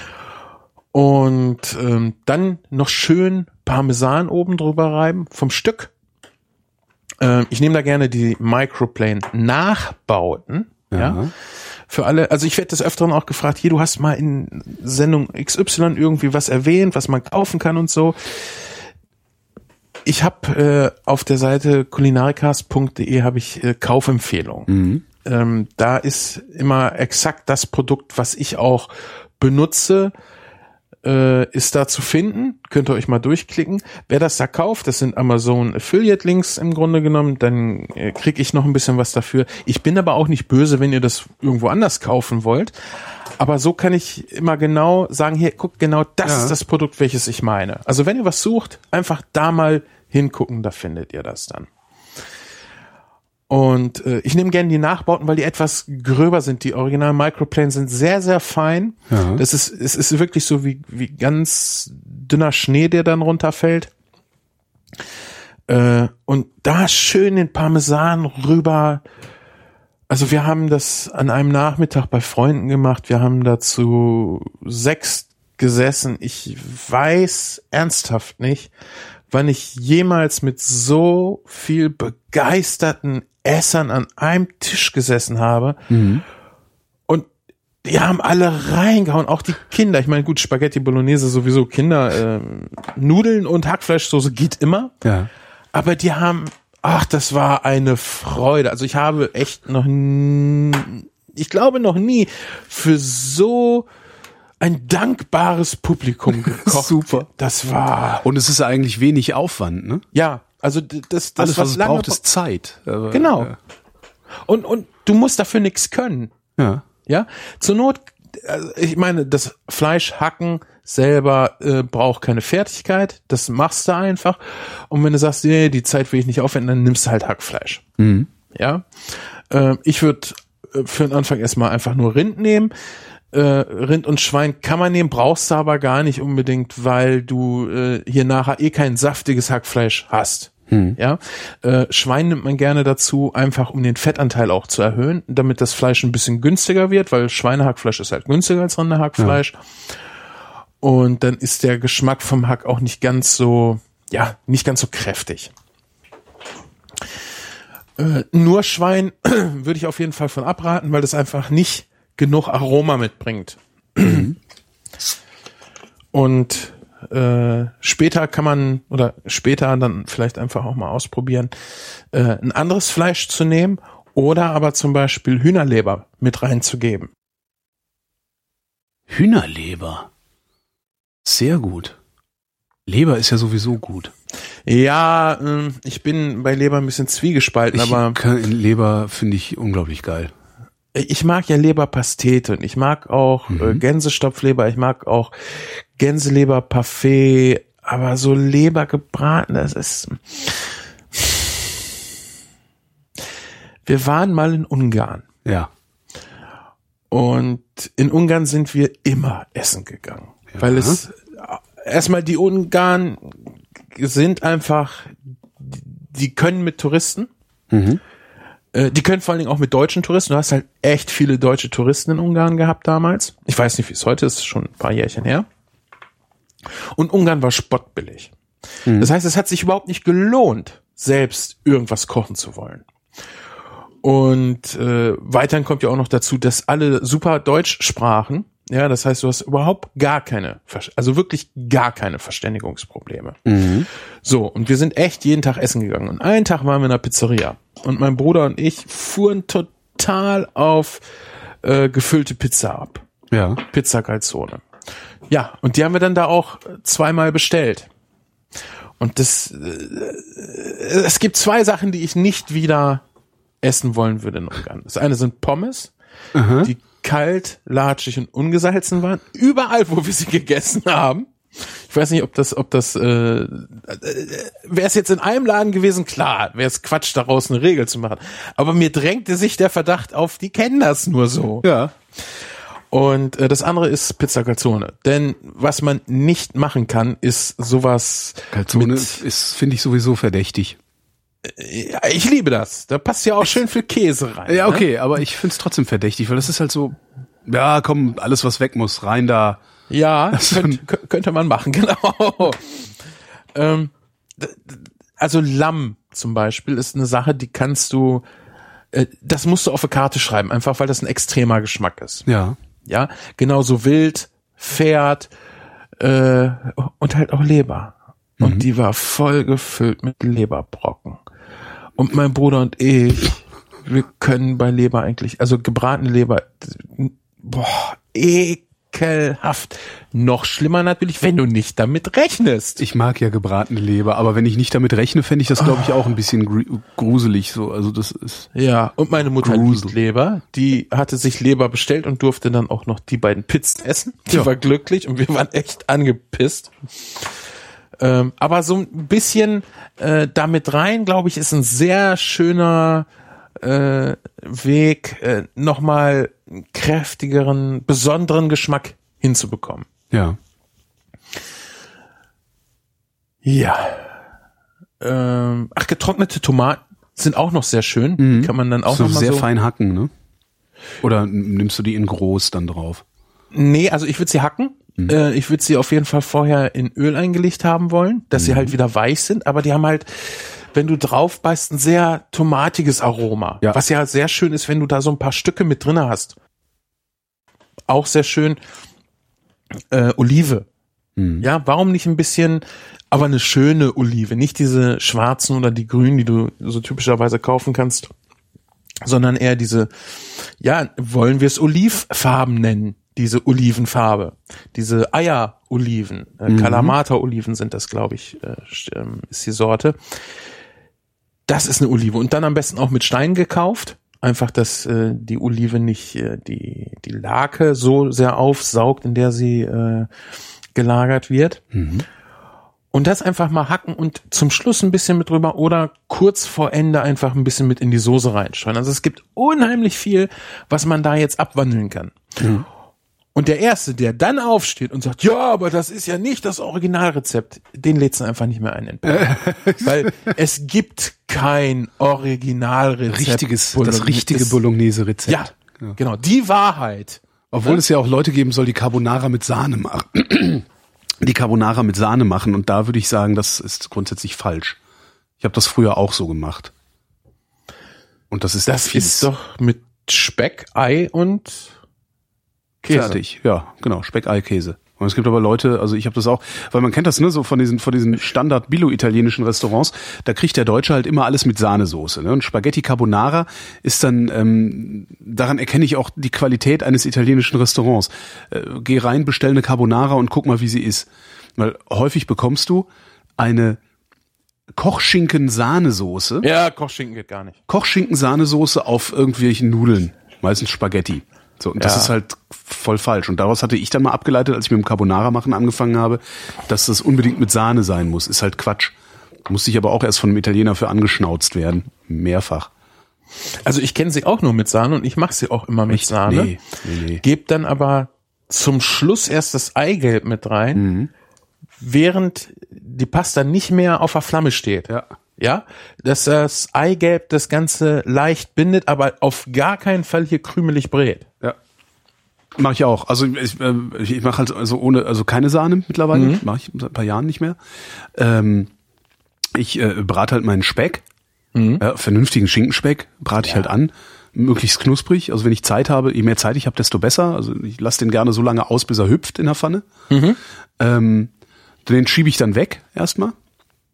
Und dann noch schön Parmesan oben drüber reiben vom Stück. Ich nehme da gerne die Microplane Nachbauten. Ja. Für alle, also ich werde des Öfteren auch gefragt, hier, du hast mal in Sendung XY irgendwie was erwähnt, was man kaufen kann und so. Ich habe auf der Seite kulinarikast.de habe ich Kaufempfehlungen. Da ist immer exakt das Produkt, was ich auch benutze, ist da zu finden. Könnt ihr euch mal durchklicken. Wer das da kauft, das sind Amazon Affiliate Links im Grunde genommen, dann kriege ich noch ein bisschen was dafür. Ich bin aber auch nicht böse, wenn ihr das irgendwo anders kaufen wollt. Aber so kann ich immer genau sagen, hier, guckt, genau das ist das Produkt, welches ich meine. Also wenn ihr was sucht, einfach da mal hingucken, da findet ihr das dann. Und ich nehme gerne die Nachbauten, weil die etwas gröber sind. Die originalen Microplanes sind sehr, sehr fein. Ja. Es ist wirklich so wie ganz dünner Schnee, der dann runterfällt. Und da schön den Parmesan rüber. Also wir haben das an einem Nachmittag bei Freunden gemacht. Wir haben dazu 6 gesessen. Ich weiß ernsthaft nicht, wann ich jemals mit so viel begeisterten Essern an einem Tisch gesessen habe. Und die haben alle reingehauen, auch die Kinder. Ich meine, gut, Spaghetti Bolognese sowieso, Kinder, Nudeln und Hackfleischsoße geht immer. Ja. Aber die haben, das war eine Freude. Also ich habe echt ich glaube noch nie für so ein dankbares Publikum gekocht. Super. Das war. Und es ist eigentlich wenig Aufwand, ne? Ja. Also das alles, was es braucht, ist Zeit. Aber, genau. Ja. Und du musst dafür nichts können. Ja. Ja. Zur Not, ich meine, das Fleisch hacken selber braucht keine Fertigkeit. Das machst du einfach. Und wenn du sagst, nee, die Zeit will ich nicht aufwenden, dann nimmst du halt Hackfleisch. Ja. Ich würde für den Anfang erstmal einfach nur Rind nehmen. Rind und Schwein kann man nehmen, brauchst du aber gar nicht unbedingt, weil du hier nachher kein saftiges Hackfleisch hast. Ja, Schwein nimmt man gerne dazu, einfach um den Fettanteil auch zu erhöhen, damit das Fleisch ein bisschen günstiger wird, weil Schweinehackfleisch ist halt günstiger als Rinderhackfleisch. Ja. Und dann ist der Geschmack vom Hack auch nicht ganz so kräftig. Nur Schwein würde ich auf jeden Fall von abraten, weil das einfach nicht genug Aroma mitbringt. Und später kann man, oder später dann vielleicht einfach auch mal ausprobieren, ein anderes Fleisch zu nehmen oder aber zum Beispiel Hühnerleber mit reinzugeben. Hühnerleber? Sehr gut. Leber ist ja sowieso gut. Ja, ich bin bei Leber ein bisschen zwiegespalten, aber Leber finde ich unglaublich geil. Ich mag ja Leberpastete und ich mag auch Gänsestopfleber, ich mag auch Gänseleberparfait, aber so Leber gebraten, das ist... Wir waren mal in Ungarn. Ja. Und in Ungarn sind wir immer essen gegangen. Ja. Weil es erstmal die Ungarn sind einfach, die können mit Touristen. Die können vor allen Dingen auch mit deutschen Touristen. Du hast halt echt viele deutsche Touristen in Ungarn gehabt damals. Ich weiß nicht, wie es heute ist, schon ein paar Jährchen her. Und Ungarn war spottbillig. Das heißt, es hat sich überhaupt nicht gelohnt, selbst irgendwas kochen zu wollen. Und weiterhin kommt ja auch noch dazu, dass alle super Deutsch sprachen. Ja, das heißt, du hast überhaupt wirklich gar keine Verständigungsprobleme. So, und wir sind echt jeden Tag essen gegangen. Und einen Tag waren wir in einer Pizzeria. Und mein Bruder und ich fuhren total total auf gefüllte Pizza ab. Ja. Pizza Calzone. Ja, und die haben wir dann da auch zweimal bestellt. Und es gibt zwei Sachen, die ich nicht wieder essen wollen würde noch gern. Das eine sind Pommes, die kalt, latschig und ungesalzen waren. Überall, wo wir sie gegessen haben. Ich weiß nicht, ob das wäre es jetzt in einem Laden gewesen, klar, wäre es Quatsch, daraus eine Regel zu machen. Aber mir drängte sich der Verdacht auf, die kennen das nur so. Ja. Und das andere ist Pizza Calzone. Denn was man nicht machen kann, ist sowas. Calzone ist, finde ich, sowieso verdächtig. Ja, ich liebe das. Da passt ja auch schön viel Käse rein. Ja, okay, ne? Aber ich finde es trotzdem verdächtig, weil das ist halt so, ja, komm, alles was weg muss, rein da. Ja, könnte man machen, genau. Also Lamm zum Beispiel ist eine Sache, die kannst du, das musst du auf eine Karte schreiben, einfach weil das ein extremer Geschmack ist. Ja. Ja, genauso Wild, Pferd und halt auch Leber. Und die war voll gefüllt mit Leberbrocken. Und mein Bruder und ich, wir können bei Leber eigentlich, also gebratene Leber, ekelhaft. Noch schlimmer natürlich, wenn du nicht damit rechnest. Ich mag ja gebratene Leber, aber wenn ich nicht damit rechne, fände ich das, glaube ich, auch ein bisschen gruselig. So, also das ist. Ja, und meine Mutter liebt Leber. Die hatte sich Leber bestellt und durfte dann auch noch die beiden Pizzen essen. Die war glücklich und wir waren echt angepisst. Aber so ein bisschen damit rein, glaube ich, ist ein sehr schöner Weg, nochmal einen kräftigeren, besonderen Geschmack hinzubekommen. Ja. Ja. Getrocknete Tomaten sind auch noch sehr schön. Die kann man dann auch noch mal sehr fein hacken, ne? Oder nimmst du die in groß dann drauf? Nee, also ich würde sie hacken. Ich würde sie auf jeden Fall vorher in Öl eingelegt haben wollen, dass sie halt wieder weich sind, aber die haben halt, wenn du drauf beißt, ein sehr tomatiges Aroma. Ja. Was ja sehr schön ist, wenn du da so ein paar Stücke mit drinne hast. Auch sehr schön Olive. Ja, warum nicht ein bisschen, aber eine schöne Olive, nicht diese schwarzen oder die grünen, die du so typischerweise kaufen kannst, sondern eher diese, ja, wollen wir es Olivfarben nennen? Diese Olivenfarbe, diese Eier-Oliven, Kalamata-Oliven sind das, glaube ich, ist die Sorte. Das ist eine Olive und dann am besten auch mit Stein gekauft, einfach, dass die Olive nicht die Lake so sehr aufsaugt, in der sie gelagert wird. Und das einfach mal hacken und zum Schluss ein bisschen mit drüber oder kurz vor Ende einfach ein bisschen mit in die Soße reinstreuen. Also es gibt unheimlich viel, was man da jetzt abwandeln kann. Und der Erste, der dann aufsteht und sagt, ja, aber das ist ja nicht das Originalrezept, den lädst du einfach nicht mehr ein. Weil es gibt kein Originalrezept. Das richtige Bolognese-Rezept. Ja, genau, die Wahrheit. Obwohl es ja auch Leute geben soll, die Carbonara mit Sahne machen. Und da würde ich sagen, das ist grundsätzlich falsch. Ich habe das früher auch so gemacht. Und das ist doch mit Speck, Ei und Käse. Fertig, ja, genau, Speck, Ei, Käse. Und es gibt aber Leute, also ich habe das auch, weil man kennt das, ne, so von diesen Standard-Bilo-italienischen Restaurants, da kriegt der Deutsche halt immer alles mit Sahnesoße, ne? Und Spaghetti Carbonara ist dann, daran erkenne ich auch die Qualität eines italienischen Restaurants. Geh rein, bestell eine Carbonara und guck mal, wie sie ist. Weil häufig bekommst du eine Kochschinken-Sahnesoße. Ja, Kochschinken geht gar nicht. Kochschinken-Sahnesoße auf irgendwelchen Nudeln, meistens Spaghetti. So, und das ist halt voll falsch. Und daraus hatte ich dann mal abgeleitet, als ich mit dem Carbonara machen angefangen habe, dass das unbedingt mit Sahne sein muss. Ist halt Quatsch. Musste ich aber auch erst von einem Italiener für angeschnauzt werden. Mehrfach. Also ich kenne sie auch nur mit Sahne und ich mache sie auch immer mit Sahne. Nee. Geb dann aber zum Schluss erst das Eigelb mit rein, während die Pasta nicht mehr auf der Flamme steht. Ja, dass das Eigelb das Ganze leicht bindet, aber auf gar keinen Fall hier krümelig brät. Ja, mache ich auch. Also ich mache halt also keine Sahne mittlerweile. Mache ich seit ein paar Jahren nicht mehr. Ich brate halt meinen Speck, vernünftigen Schinkenspeck, brate ich halt an, möglichst knusprig. Also wenn ich Zeit habe, je mehr Zeit ich habe, desto besser. Also ich lasse den gerne so lange aus, bis er hüpft in der Pfanne. Den schiebe ich dann weg erstmal.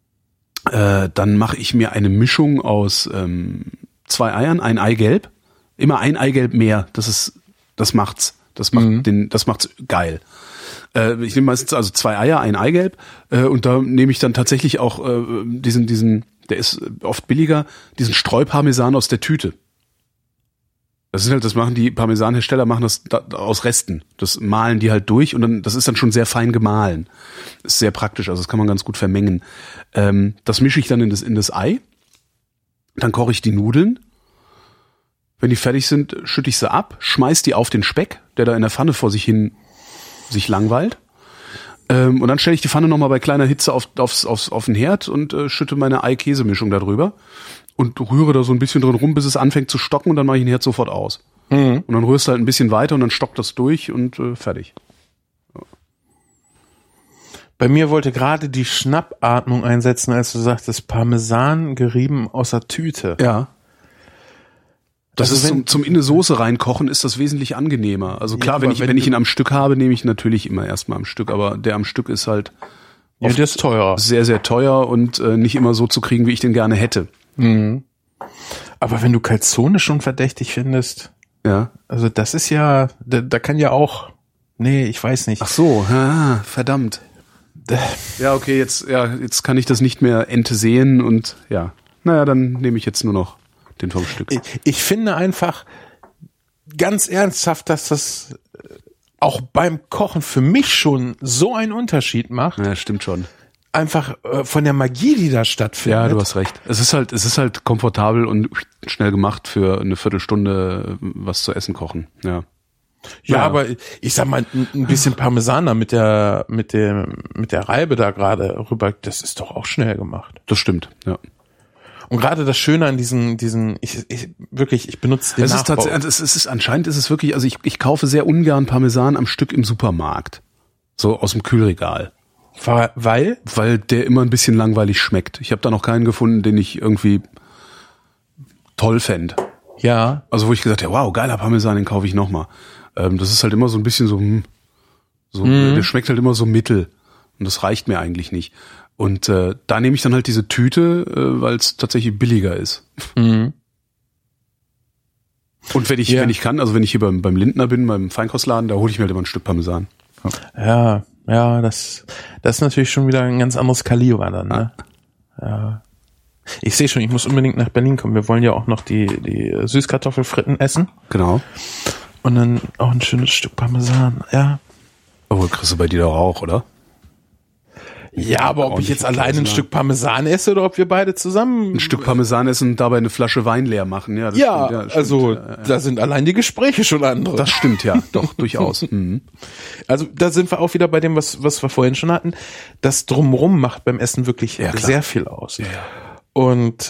Dann mache ich mir eine Mischung aus 2 Eiern, ein Eigelb, Immer ein Eigelb mehr. Das macht's. Das macht's geil. Ich nehme meistens also 2 Eier, ein Eigelb, und da nehme ich dann tatsächlich auch diesen, der ist oft billiger, diesen Streuparmesan aus der Tüte. Das machen die Parmesanhersteller, machen das aus Resten. Das mahlen die halt durch und dann, das ist dann schon sehr fein gemahlen. Das ist sehr praktisch, also das kann man ganz gut vermengen. Das mische ich dann in das Ei. Dann koche ich die Nudeln. Wenn die fertig sind, schütte ich sie ab, schmeiß die auf den Speck, der da in der Pfanne vor sich hin sich langweilt. Und dann stelle ich die Pfanne nochmal bei kleiner Hitze auf den Herd und schütte meine Ei-Käse-Mischung da drüber und rühre da so ein bisschen drin rum, bis es anfängt zu stocken und dann mache ich den Herd sofort aus. Und dann rührst du halt ein bisschen weiter und dann stockt das durch und fertig. Ja. Bei mir wollte gerade die Schnappatmung einsetzen, als du sagtest, Parmesan gerieben aus der Tüte. Ja. Das Also ist zum in eine Soße reinkochen ist das wesentlich angenehmer. Also klar, Ja, wenn ich ihn am Stück habe, nehme ich natürlich immer erstmal am Stück, aber der am Stück ist halt Ja, der ist teurer. sehr, sehr teuer und nicht immer so zu kriegen, wie ich den gerne hätte. Mhm. Aber wenn du Calzone schon verdächtig findest, Ja. also das ist ja, da kann ja auch, nee, ich weiß nicht. Ach so, verdammt. Ja, okay, jetzt kann ich das nicht mehr sehen und ja. Naja, dann nehme ich jetzt nur noch den vom Stück. Ich finde einfach ganz ernsthaft, dass das auch beim Kochen für mich schon so einen Unterschied macht. Ja, stimmt schon. Einfach von der Magie, die da stattfindet. Ja, du hast recht. Es ist halt komfortabel und schnell gemacht für eine Viertelstunde was zu essen kochen. Ja. Ja, aber ich sag mal, ein bisschen Parmesan da mit der Reibe da gerade rüber, das ist doch auch schnell gemacht. Das stimmt, ja. Und gerade das Schöne an diesen, ich benutze den Nachbau. Anscheinend ist es wirklich, also ich kaufe sehr ungern Parmesan am Stück im Supermarkt. So aus dem Kühlregal. Weil? Weil der immer ein bisschen langweilig schmeckt. Ich habe da noch keinen gefunden, den ich irgendwie toll fände. Ja. Also wo ich gesagt habe, wow, geiler Parmesan, den kaufe ich nochmal. Das ist halt immer so ein bisschen der schmeckt halt immer so mittel. Und das reicht mir eigentlich nicht. Und da nehme ich dann halt diese Tüte, weil es tatsächlich billiger ist. Mhm. Und wenn ich kann, also wenn ich hier beim Lindner bin, beim Feinkostladen, da hole ich mir halt immer ein Stück Parmesan. Ja, das ist natürlich schon wieder ein ganz anderes Kaliber dann, ne? Ja. Ich sehe schon, ich muss unbedingt nach Berlin kommen. Wir wollen ja auch noch die Süßkartoffelfritten essen. Genau. Und dann auch ein schönes Stück Parmesan, ja. Aber kriegst du bei dir doch auch, oder? Ja, aber ob ich jetzt alleine ein Stück Parmesan esse oder ob wir beide zusammen ein Stück Parmesan essen und dabei eine Flasche Wein leer machen. Ja, das stimmt, also da sind allein die Gespräche schon andere. Das stimmt, ja, doch, durchaus. Mhm. Also da sind wir auch wieder bei dem, was wir vorhin schon hatten. Das Drumrum macht beim Essen wirklich sehr viel aus. Ja. Und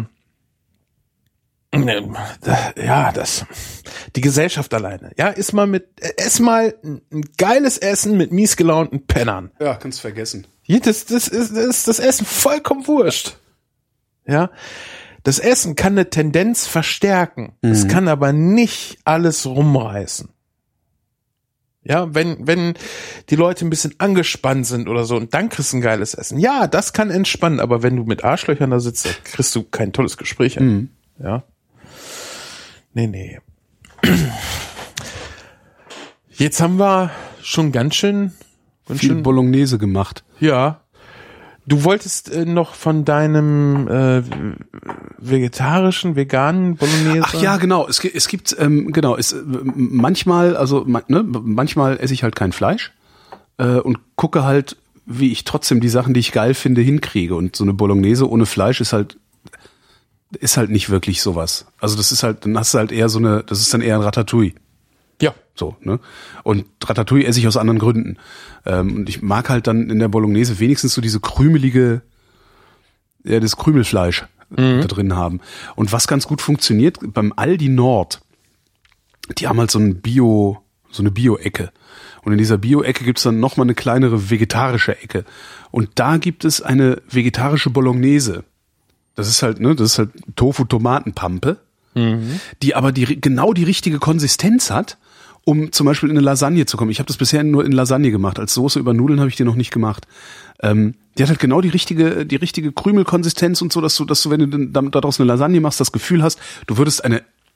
die Gesellschaft alleine. Ja, ess mal ein geiles Essen mit mies gelaunten Pennern. Ja, kannst vergessen. Das ist das Essen vollkommen wurscht. Ja. Das Essen kann eine Tendenz verstärken. Es kann aber nicht alles rumreißen. Ja, wenn die Leute ein bisschen angespannt sind oder so und dann kriegst du ein geiles Essen. Ja, das kann entspannen, aber wenn du mit Arschlöchern da sitzt, dann kriegst du kein tolles Gespräch hin. Ja. Nee. Jetzt haben wir schon ganz schön viel Bolognese gemacht. Ja. Du wolltest noch von deinem veganen Bolognese. Ach ja, genau. Es gibt manchmal esse ich halt kein Fleisch und gucke halt, wie ich trotzdem die Sachen, die ich geil finde, hinkriege. Und so eine Bolognese ohne Fleisch ist halt nicht wirklich sowas. Also das ist halt, dann hast du halt eher das ist dann eher ein Ratatouille. Ja. So, ne? Und Ratatouille esse ich aus anderen Gründen. Und ich mag halt dann in der Bolognese wenigstens so diese das Krümelfleisch da drin haben. Und was ganz gut funktioniert, beim Aldi Nord, die haben halt so eine Bio-Ecke. Und in dieser Bio-Ecke gibt's dann nochmal eine kleinere vegetarische Ecke. Und da gibt es eine vegetarische Bolognese. Das ist halt Tofu-Tomatenpampe, die aber genau die richtige Konsistenz hat, um zum Beispiel in eine Lasagne zu kommen. Ich habe das bisher nur in Lasagne gemacht. Als Soße über Nudeln habe ich die noch nicht gemacht. Die hat halt genau die richtige Krümelkonsistenz und so, dass du, wenn du daraus eine Lasagne machst, das Gefühl hast, du würdest eine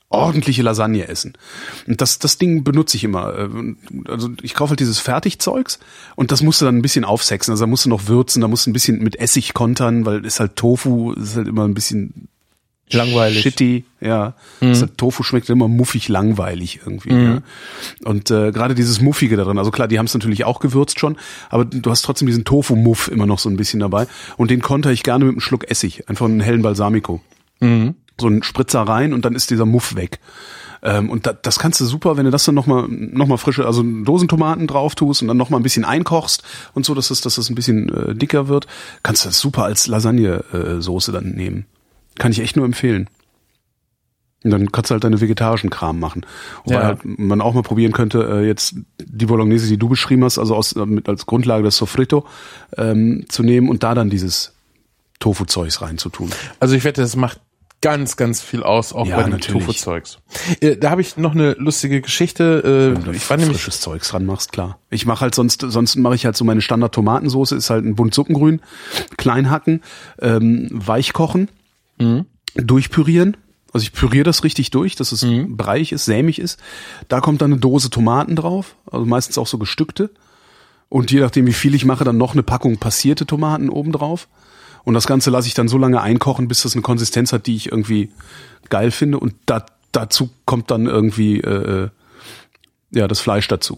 ordentliche Lasagne essen. Und das Ding benutze ich immer. Also ich kaufe halt dieses Fertigzeugs und das musst du dann ein bisschen aufsexen. Also da musst du noch würzen, da musst du ein bisschen mit Essig kontern, weil ist halt Tofu, ist halt immer ein bisschen langweilig. Shitty, ja. Halt, Tofu schmeckt immer muffig langweilig irgendwie. Ja. Und gerade dieses Muffige da drin, also klar, die haben es natürlich auch gewürzt schon, aber du hast trotzdem diesen Tofu-Muff immer noch so ein bisschen dabei. Und den konter ich gerne mit einem Schluck Essig, einfach einen hellen Balsamico. So einen Spritzer rein und dann ist dieser Muff weg. Und das kannst du super, wenn du das dann noch mal frische, also Dosentomaten drauf tust und dann noch mal ein bisschen einkochst und so, dass das ein bisschen dicker wird, kannst du das super als Lasagne-Soße dann nehmen. Kann ich echt nur empfehlen. Und dann kannst du halt deine vegetarischen Kram machen. Wobei halt man auch mal probieren könnte, jetzt die Bolognese, die du beschrieben hast, also als Grundlage das Sofrito zu nehmen und da dann dieses Tofu-Zeugs reinzutun. Also ich wette, das macht ganz, ganz viel aus, auch bei dem Tofu-Zeugs. Da habe ich noch eine lustige Geschichte. Wenn du frisches Zeugs dran machst, klar. Ich mache halt sonst mache ich halt so meine Standard-Tomatensoße, ist halt ein Bund Suppengrün, klein hacken, weich kochen, durchpürieren. Also ich püriere das richtig durch, dass es breiig ist, sämig ist. Da kommt dann eine Dose Tomaten drauf, also meistens auch so gestückte. Und je nachdem, wie viel ich mache, dann noch eine Packung passierte Tomaten oben drauf. Und das Ganze lasse ich dann so lange einkochen, bis das eine Konsistenz hat, die ich irgendwie geil finde. Und dazu kommt dann irgendwie das Fleisch dazu.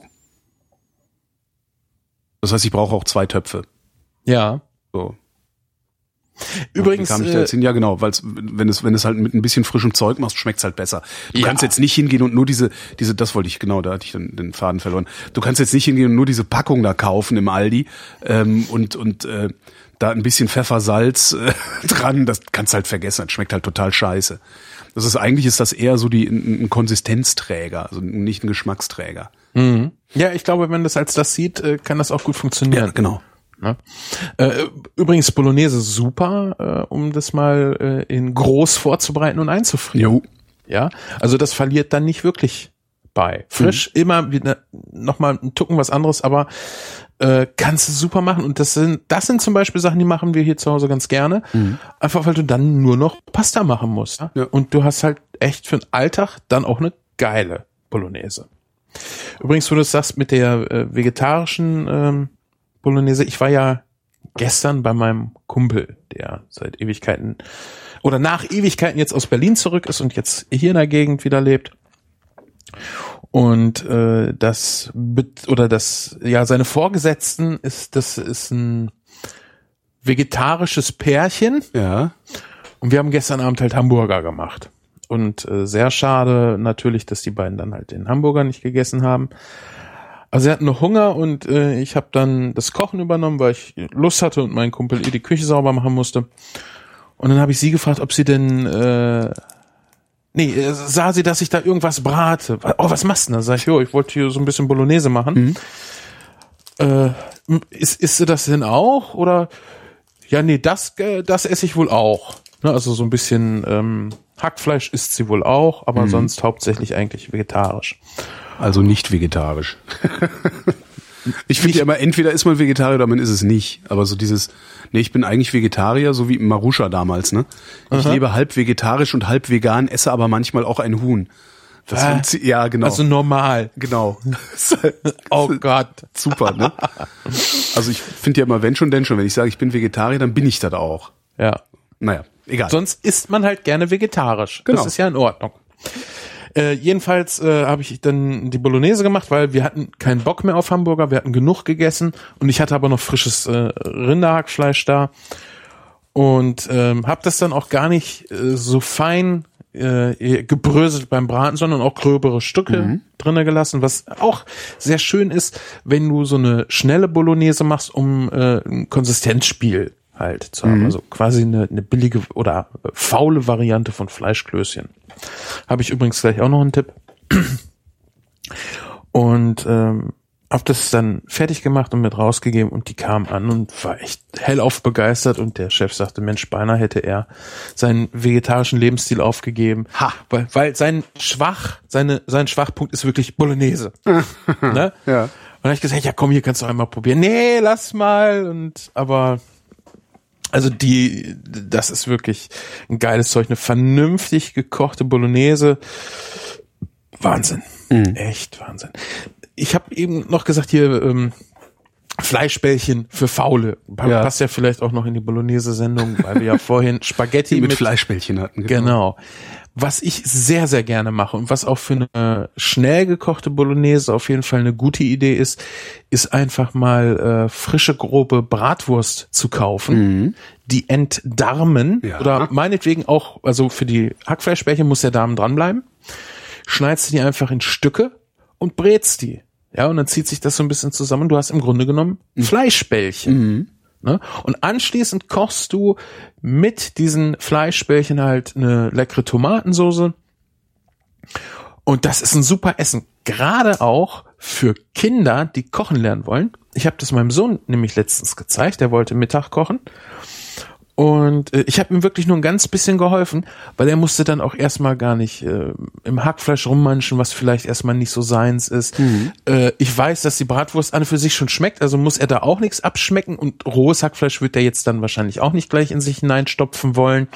Das heißt, ich brauche auch 2 Töpfe. Ja. So. Übrigens, wie kam ich da jetzt hin? Ja, genau, weil wenn es halt mit ein bisschen frischem Zeug machst, schmeckt's halt besser. Du kannst jetzt nicht hingehen und nur diese, das wollte ich, genau, da hatte ich dann den Faden verloren. Du kannst jetzt nicht hingehen und nur diese Packung da kaufen im Aldi und da ein bisschen Pfeffer, Salz dran, das kannst halt vergessen, das schmeckt halt total scheiße. Eigentlich ist das eher so ein Konsistenzträger, also nicht ein Geschmacksträger. Mhm. Ja, ich glaube, wenn das als das sieht, kann das auch gut funktionieren. Ja, genau. Ne? Übrigens Bolognese super, um das mal in groß vorzubereiten und einzufrieren. Jo. Ja, also das verliert dann nicht wirklich bei. Frisch immer wieder noch mal ein Tucken was anderes, aber kannst du super machen. Und das sind zum Beispiel Sachen, die machen wir hier zu Hause ganz gerne. Einfach weil du dann nur noch Pasta machen musst. Ja? Und du hast halt echt für den Alltag dann auch eine geile Bolognese. Übrigens, wo du es sagst mit der vegetarischen Bolognese, ich war ja gestern bei meinem Kumpel, der seit Ewigkeiten oder nach Ewigkeiten jetzt aus Berlin zurück ist und jetzt hier in der Gegend wieder lebt. Und seine Vorgesetzten das ist ein vegetarisches Pärchen. Ja. Und wir haben gestern Abend halt Hamburger gemacht. Und sehr schade natürlich, dass die beiden dann halt den Hamburger nicht gegessen haben. Also sie hatten noch Hunger und ich habe dann das Kochen übernommen, weil ich Lust hatte und mein Kumpel die Küche sauber machen musste. Und dann habe ich sie gefragt, ob sie denn sah sie, dass ich da irgendwas brate. Oh, was machst du denn? Da sag ich, ich wollte hier so ein bisschen Bolognese machen. Isst du das denn auch? Oder ja, nee, das esse ich wohl auch. Ne, also so ein bisschen Hackfleisch isst sie wohl auch, aber sonst hauptsächlich eigentlich vegetarisch. Also nicht vegetarisch. Ich finde ja immer, entweder ist man Vegetarier oder man ist es nicht. Aber so ich bin eigentlich Vegetarier, so wie Marusha damals, ne? Ich lebe halb vegetarisch und halb vegan, esse aber manchmal auch ein Huhn. Ja, genau. Also normal. Genau. Oh Gott. Super, ne? Also ich finde ja immer, wenn schon, denn schon. Wenn ich sage, ich bin Vegetarier, dann bin ich das auch. Ja. Naja, egal. Sonst isst man halt gerne vegetarisch. Genau. Das ist ja in Ordnung. Jedenfalls habe ich dann die Bolognese gemacht, weil wir hatten keinen Bock mehr auf Hamburger, wir hatten genug gegessen und ich hatte aber noch frisches Rinderhackfleisch da und habe das dann auch gar nicht so fein gebröselt beim Braten, sondern auch gröbere Stücke drinne gelassen, was auch sehr schön ist, wenn du so eine schnelle Bolognese machst, um ein Konsistenzspiel halt zu haben. Also quasi eine billige oder faule Variante von Fleischklößchen. Habe ich übrigens gleich auch noch einen Tipp. Und hab das dann fertig gemacht und mit rausgegeben und die kam an und war echt hellauf begeistert und der Chef sagte, Mensch, beinahe hätte er seinen vegetarischen Lebensstil aufgegeben, weil sein Schwachpunkt ist wirklich Bolognese. Ne? Ja. Und dann hab ich gesagt, ja komm, hier kannst du einmal probieren. Nee, lass mal. Aber Also das ist wirklich ein geiles Zeug, eine vernünftig gekochte Bolognese. Wahnsinn. Echt Wahnsinn. Ich habe eben noch gesagt hier, Fleischbällchen für Faule. Passt ja vielleicht auch noch in die Bolognese-Sendung, weil wir ja vorhin Spaghetti mit Fleischbällchen hatten. Genau. Was ich sehr, sehr gerne mache und was auch für eine schnell gekochte Bolognese auf jeden Fall eine gute Idee ist einfach mal frische, grobe Bratwurst zu kaufen, die entdarmen oder meinetwegen auch, also für die Hackfleischbällchen muss der Darm dranbleiben, schneidest du die einfach in Stücke und brätst die. Ja, und dann zieht sich das so ein bisschen zusammen. Du hast im Grunde genommen Fleischbällchen. Ne? Und anschließend kochst du mit diesen Fleischbällchen halt eine leckere Tomatensoße. Und das ist ein super Essen. Gerade auch für Kinder, die kochen lernen wollen. Ich habe das meinem Sohn nämlich letztens gezeigt. Der wollte Mittag kochen. Und ich habe ihm wirklich nur ein ganz bisschen geholfen, weil er musste dann auch erstmal gar nicht im Hackfleisch rummanschen, was vielleicht erstmal nicht so seins ist. Ich weiß, dass die Bratwurst an und für sich schon schmeckt, also muss er da auch nichts abschmecken und rohes Hackfleisch wird er jetzt dann wahrscheinlich auch nicht gleich in sich hineinstopfen wollen.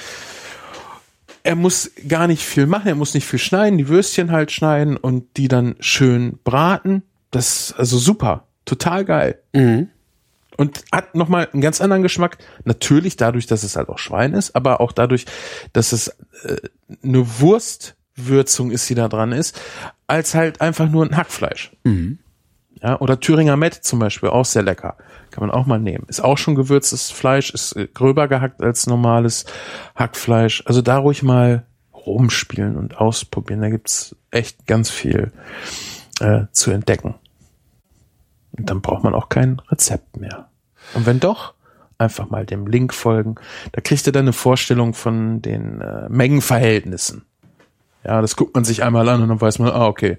Er muss gar nicht viel machen, er muss nicht viel schneiden, die Würstchen halt schneiden und die dann schön braten. Das ist also super, total geil. Und hat nochmal einen ganz anderen Geschmack. Natürlich dadurch, dass es halt auch Schwein ist, aber auch dadurch, dass es eine Wurstwürzung ist, die da dran ist, als halt einfach nur ein Hackfleisch. Ja, oder Thüringer Mett zum Beispiel, auch sehr lecker. Kann man auch mal nehmen. Ist auch schon gewürztes Fleisch, ist gröber gehackt als normales Hackfleisch. Also da ruhig mal rumspielen und ausprobieren. Da gibt's echt ganz viel zu entdecken. Und dann braucht man auch kein Rezept mehr. Und wenn doch, einfach mal dem Link folgen. Da kriegt ihr dann eine Vorstellung von den Mengenverhältnissen. Ja, das guckt man sich einmal an und dann weiß man, okay.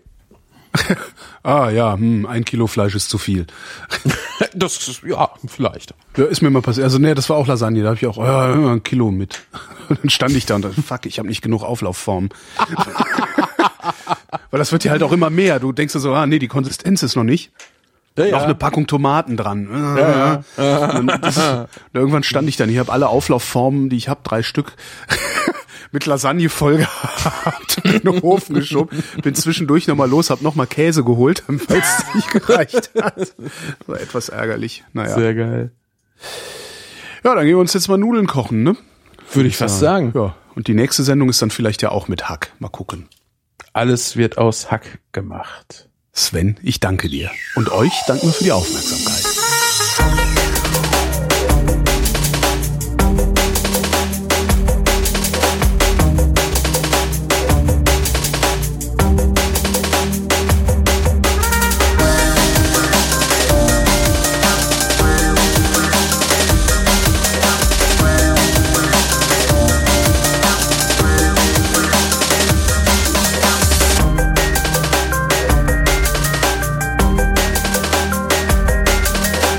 1 Kilo Fleisch ist zu viel. Das ist, ja, vielleicht. Ja, ist mir mal passiert. Also das war auch Lasagne. Da habe ich auch 1 Kilo mit. Und dann stand ich da und dachte, fuck, ich habe nicht genug Auflaufform. Weil das wird ja halt auch immer mehr. Du denkst dir so, die Konsistenz ist noch nicht. Noch eine Packung Tomaten dran. Irgendwann stand ich dann, ich habe alle Auflaufformen, die ich habe, 3 Stück, mit Lasagne voll gehabt, in den Ofen geschoben, bin zwischendurch nochmal los, hab nochmal Käse geholt, weil es nicht gereicht hat. War etwas ärgerlich. Naja. Sehr geil. Ja, dann gehen wir uns jetzt mal Nudeln kochen, ne? Würde ich fast sagen. Ja. Und die nächste Sendung ist dann vielleicht ja auch mit Hack. Mal gucken. Alles wird aus Hack gemacht. Sven, ich danke dir. Und euch danken wir für die Aufmerksamkeit.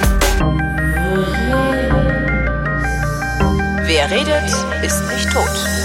Wer redet, ist nicht tot.